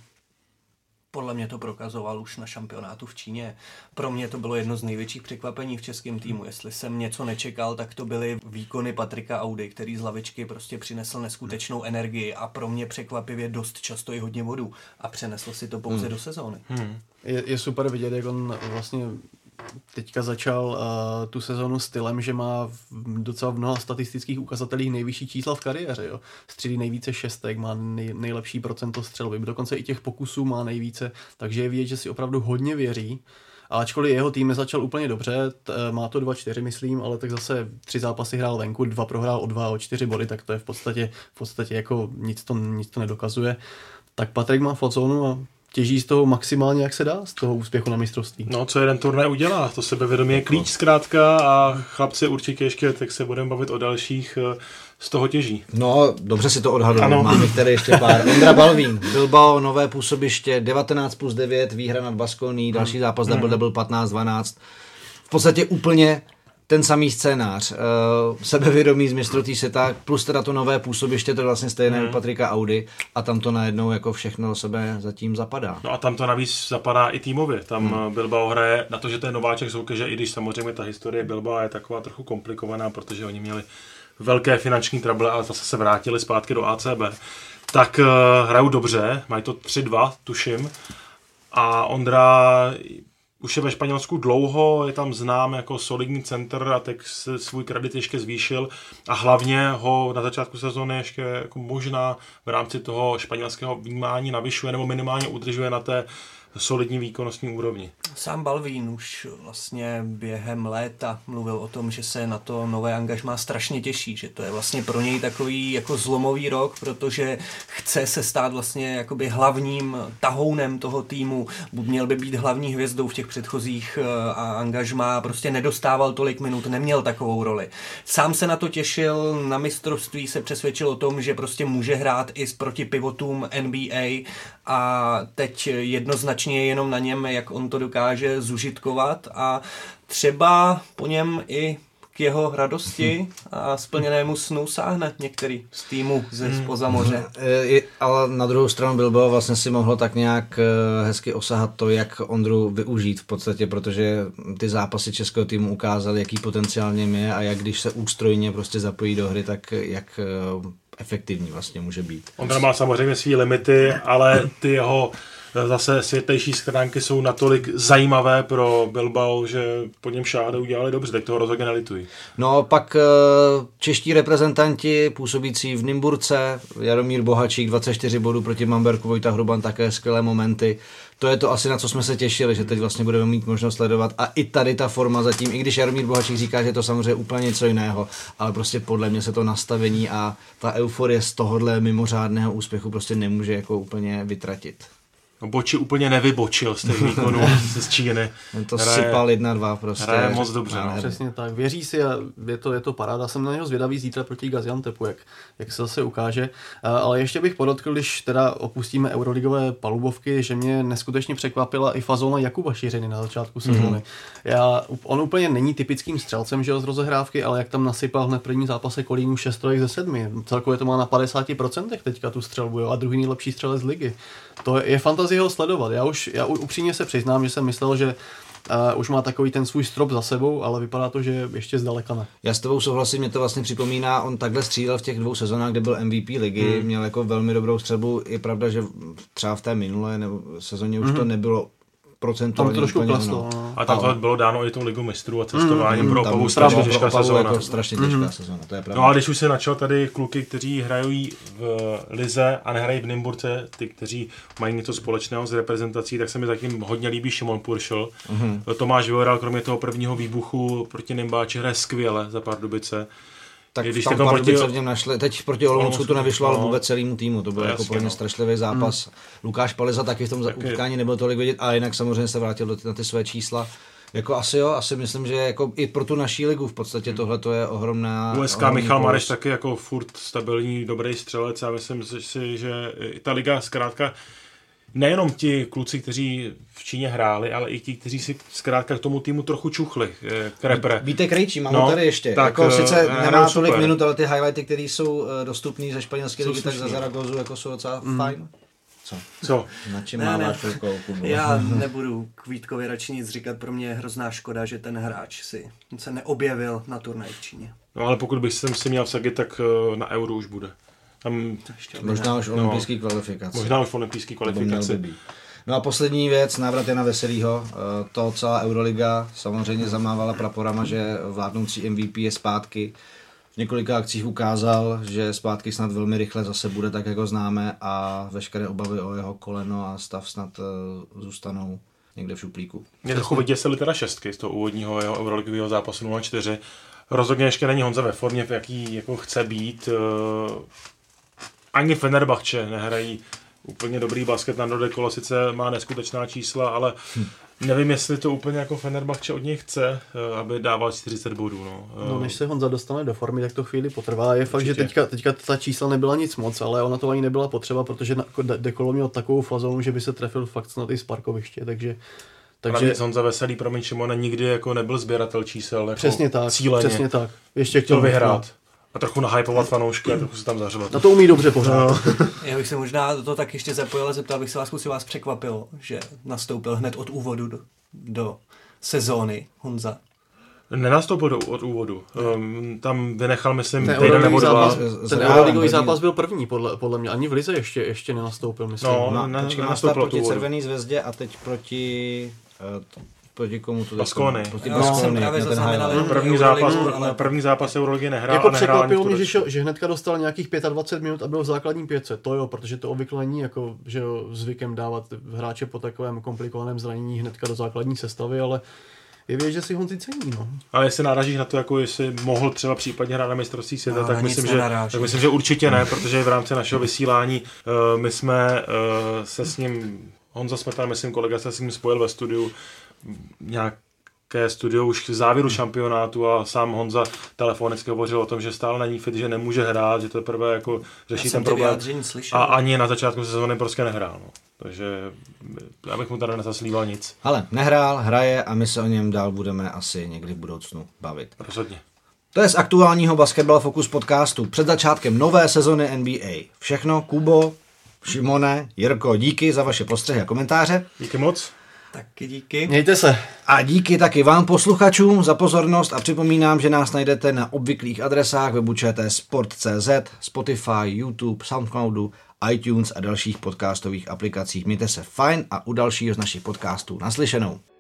Podle mě to prokazoval už na šampionátu v Číně. Pro mě to bylo jedno z největších překvapení v českém týmu. Jestli jsem něco nečekal, tak to byly výkony Patrika Audy, který z lavičky prostě přinesl neskutečnou energii a pro mě překvapivě dost často i hodně bodů a přenesl si to pouze hmm. do sezóny. Hmm. Je, je super vidět, jak on vlastně teďka začal uh, tu sezonu stylem, že má v, docela v mnoha statistických ukazatelích nejvyšší čísla v kariéře. Jo. Střílí nejvíce šestek, má nej, nejlepší procento střelby, dokonce i těch pokusů má nejvíce, takže je vidět, že si opravdu hodně věří. A ačkoliv jeho tým nezačal úplně dobře, t, má to dva čtyři, myslím, ale tak zase tři zápasy hrál venku, dva prohrál o dva, o čtyři body, tak to je v podstatě, v podstatě jako nic to, nic to nedokazuje. Tak Patrik má fazonu a těží z toho maximálně, jak se dá, z toho úspěchu na mistrovství. No, co jeden turnaj udělá, to sebevědomí je klíč zkrátka a chlapci určitě ještě, tak se budeme bavit o dalších, z toho těží. No, dobře si to odhaduji, máme tady ještě pár. Ondra Balvín, Bilbao, nové působiště, devatenáct plus devět, výhra nad Baskoní, další zápas double double patnáct dvanáct. V podstatě úplně ten samý scénář, uh, sebevědomí z mistrovství světa, plus teda to nové působiště, to je vlastně stejné hmm. u Patrika Audy a tam to najednou jako všechno do sebe zatím zapadá. No a tam to navíc zapadá i týmově, tam hmm. Bilbao hraje na to, že to je nováček soutěže, i když samozřejmě ta historie Bilbao je taková trochu komplikovaná, protože oni měli velké finanční trable a zase se vrátili zpátky do A C B, tak uh, hrajou dobře, mají to tři dva, tuším, a Ondra už je ve Španělsku dlouho, je tam znám jako solidní center a teď se svůj kredit ještě zvýšil a hlavně ho na začátku sezóny ještě jako možná v rámci toho španělského vnímání navyšuje nebo minimálně udržuje na té solidní výkonnostní úrovni. Sám Balvín už vlastně během léta mluvil o tom, že se na to nové angažmá strašně těší, že to je vlastně pro něj takový jako zlomový rok, protože chce se stát vlastně jakoby hlavním tahounem toho týmu, měl by být hlavní hvězdou v těch předchozích angažmá, prostě nedostával tolik minut, neměl takovou roli. Sám se na to těšil, na mistrovství se přesvědčil o tom, že prostě může hrát i proti pivotům N B A a teď jednoznačně je jenom na něm, jak on to dokáže zužitkovat a třeba po něm i k jeho radosti a splněnému snu sáhne některý z týmu ze spoza moře. Ale na druhou stranu Bilbao vlastně si mohlo tak nějak hezky osahat to, jak Ondru využít v podstatě, protože ty zápasy českého týmu ukázaly, jaký potenciál něm je a jak když se ústrojně prostě zapojí do hry, tak jak efektivní vlastně může být. Ondra má samozřejmě svý limity, ale ty jeho zase světlejší stránky jsou natolik zajímavé pro Bilbao, že po něm šáhli udělali dobře, tak toho rozhodně nelitují. No pak čeští reprezentanti působící v Nymburce, Jaromír Bohačík, dvacet čtyři bodů proti Mamberku, Vojta Hruban, také skvělé momenty. To je to asi, na co jsme se těšili, že teď vlastně budeme mít možnost sledovat a i tady ta forma zatím, i když Jaromír Bohačík říká, že je to samozřejmě úplně něco jiného, ale prostě podle mě se to nastavení a ta euforie z tohohle mimořádného úspěchu prostě nemůže jako úplně vytratit. Boči úplně nevybočil z těch výkonů z Číny. To hraje, sypal jedna dva prostě. Hraje moc dobře. No. Přesně tak. Věří si a je to, je to paráda. Jsem na něho zvědavý zítra proti Gaziantepu, jak, jak se zase ukáže. Ale ještě bych podotkl, když teda opustíme euroligové palubovky, že mě neskutečně překvapila i fazona Jakuba Šířiny na začátku sezóny. Mm-hmm. Já, on úplně není typickým střelcem, že jo, z rozehrávky, ale jak tam nasypal hned v prvním zápase Kolínu šest trojek ze sedmi. Celkově to má na padesát procent teďka tu střelbu, jo, a druhý nejlepší střelec z ligy. To je, je fantazie ho sledovat. Já už já upřímně se přiznám, že jsem myslel, že a už má takový ten svůj strop za sebou, ale vypadá to, že ještě zdaleka ne. Já s tebou souhlasím, mě to vlastně připomíná, on takhle střílel v těch dvou sezónách, kde byl M V P ligy, hmm. měl jako velmi dobrou střelbu, je pravda, že třeba v té minulé nebo sezóně už hmm. to nebylo procentuálně trošku úplně kleslo, ono. no. A tam to bylo dáno i tou ligu mistrů a cestováním mm, pro Opavu strašně těžká sezóna. Jako strašně těžká mm. sezóna, to je pravda. No a když už se načal tady kluky, kteří hrají v lize a nehrají v Nymburce, ty, kteří mají něco společného s reprezentací, tak se mi zatím hodně líbí Šimon Puršl. Mm. Tomáš Vyhoral, kromě toho prvního výbuchu proti Nymbáči, hraje skvěle za Pardubice. Tak když tam Pardubice v něm našli, teď proti Olomoucku to nevyšlo, ale vůbec celému týmu, to byl jako plně no. strašlivý zápas. Hmm. Lukáš Paliza taky v tom taky. utkání nebyl tolik vidět, ale jinak samozřejmě se vrátil do ty, na ty své čísla. Jako asi jo, asi myslím, že jako i pro tu naší ligu v podstatě hmm. tohle to je ohromná... U S K Michal plus. Mareš taky jako furt stabilní, dobrý střelec a myslím si, že ta liga zkrátka nejenom ti kluci, kteří v Číně hráli, ale i ti, kteří si zkrátka k tomu týmu trochu čuchli, k repre. Víte Krejčí, mám no, tady ještě. Tak, jako sice nemá tolik minut, ale ty highlighty, které jsou dostupné ze španělské ligy, tak za Zaragozu jako jsou docela mm. fajn. Co? Co? Na čem máváš rukou, Kubo? Já nebudu k Vítkovi radši nic říkat, pro mě je hrozná škoda, že ten hráč si se neobjevil na turnaji v Číně. No ale pokud bych si měl vsadit, tak na Euro už bude. Tam, možná už olympijský no, kvalifikaci. Možná už olympijský kvalifikaci. No a poslední věc, návrat Jana Veselýho. To celá Euroliga samozřejmě zamávala praporama, že vládnoucí M V P je zpátky. V několika akcích ukázal, že zpátky snad velmi rychle zase bude tak, jako známe a veškeré obavy o jeho koleno a stav snad zůstanou někde v šuplíku. Mě trochu vyděsily teda šestky z toho úvodního jeho euroligového zápasu nula čtyři. Rozhodně ještě není Honza ve formě, v jaký jako chce být. Ani Fenerbahče nehrají úplně dobrý basket, na Dodekolo sice má neskutečná čísla, ale hm. nevím, jestli to úplně jako Fenerbahče od něj chce, aby dával čtyřicet bodů. No. no než se Honza dostane do formy, tak to chvíli potrvá. Je Určitě. Fakt, že teďka, teďka ta čísla nebyla nic moc, ale ona to ani nebyla potřeba, protože Dekolo měl takovou fazonu, že by se trefil fakt snad i z parkoviště, takže Takže Honza Veselý, promiň Šimone, nikdy jako nebyl sběratel čísel, jako přesně tak, cíleně. Přesně tak. Ještě chtěl vyhrát. A trochu nahypovat fanoušky a trochu se tam zařvat. Na to umí dobře pořád. No. Já bych se možná do toho tak ještě zapojil a zeptal bych se vás, kluci, vás překvapilo, že nastoupil hned od úvodu do, do sezóny Honza. Nenastoupil do, od úvodu. Um, tam vynechal, myslím, týden nebo dva. Ten euroligový zápas byl první, podle, podle mě. Ani v lize ještě, ještě nenastoupil, myslím. No, no ne, nenastoupil proti Červený zvězdě a teď proti... Uh, proti komu to Baskony. Proti no, Baskony. První zápas, ale první zápas Euroligy nehrál jako a nehrál překvapilo mě, že, že hnedka dostal nějakých dvacet pět minut a byl v základní pětce. To jo, protože to obvykle není jako, že jo, zvykem dávat hráče po takovém komplikovaném zranění hnedka do základní sestavy, ale je vědět, že si Honzi cení, no. Ale jestli narážíš na to, jako jestli mohl třeba případně hrát na mistrovství světa, no, tak, myslím, že, tak myslím, že určitě ne, protože v rámci našeho vysílání uh, my jsme uh, se s ním, Honza Smetana, myslím, kolega se s ním spojil ve studiu, nějaké studio už v závěru šampionátu a sám Honza telefonicky hovořil o tom, že stále není fit, že nemůže hrát, že teprve jako řeší ten problém. A ani na začátku sezóny prostě nehrál. No. Takže já bych mu tady nezaslíval nic. Ale nehrál, hraje a my se o něm dál budeme asi někdy v budoucnu bavit. Rozhodně. To je z aktuálního Basketball Focus podcastu před začátkem nové sezony N B A. Všechno, Kubo, Šimone, Jirko, díky za vaše postřehy a komentáře. Díky moc. Taky díky. Mějte se. A díky taky vám posluchačům za pozornost a připomínám, že nás najdete na obvyklých adresách webu ČT Sport tečka cé zet, Spotify, YouTube, Soundcloudu, iTunes a dalších podcastových aplikacích. Mějte se fajn a u dalšího z našich podcastů naslyšenou.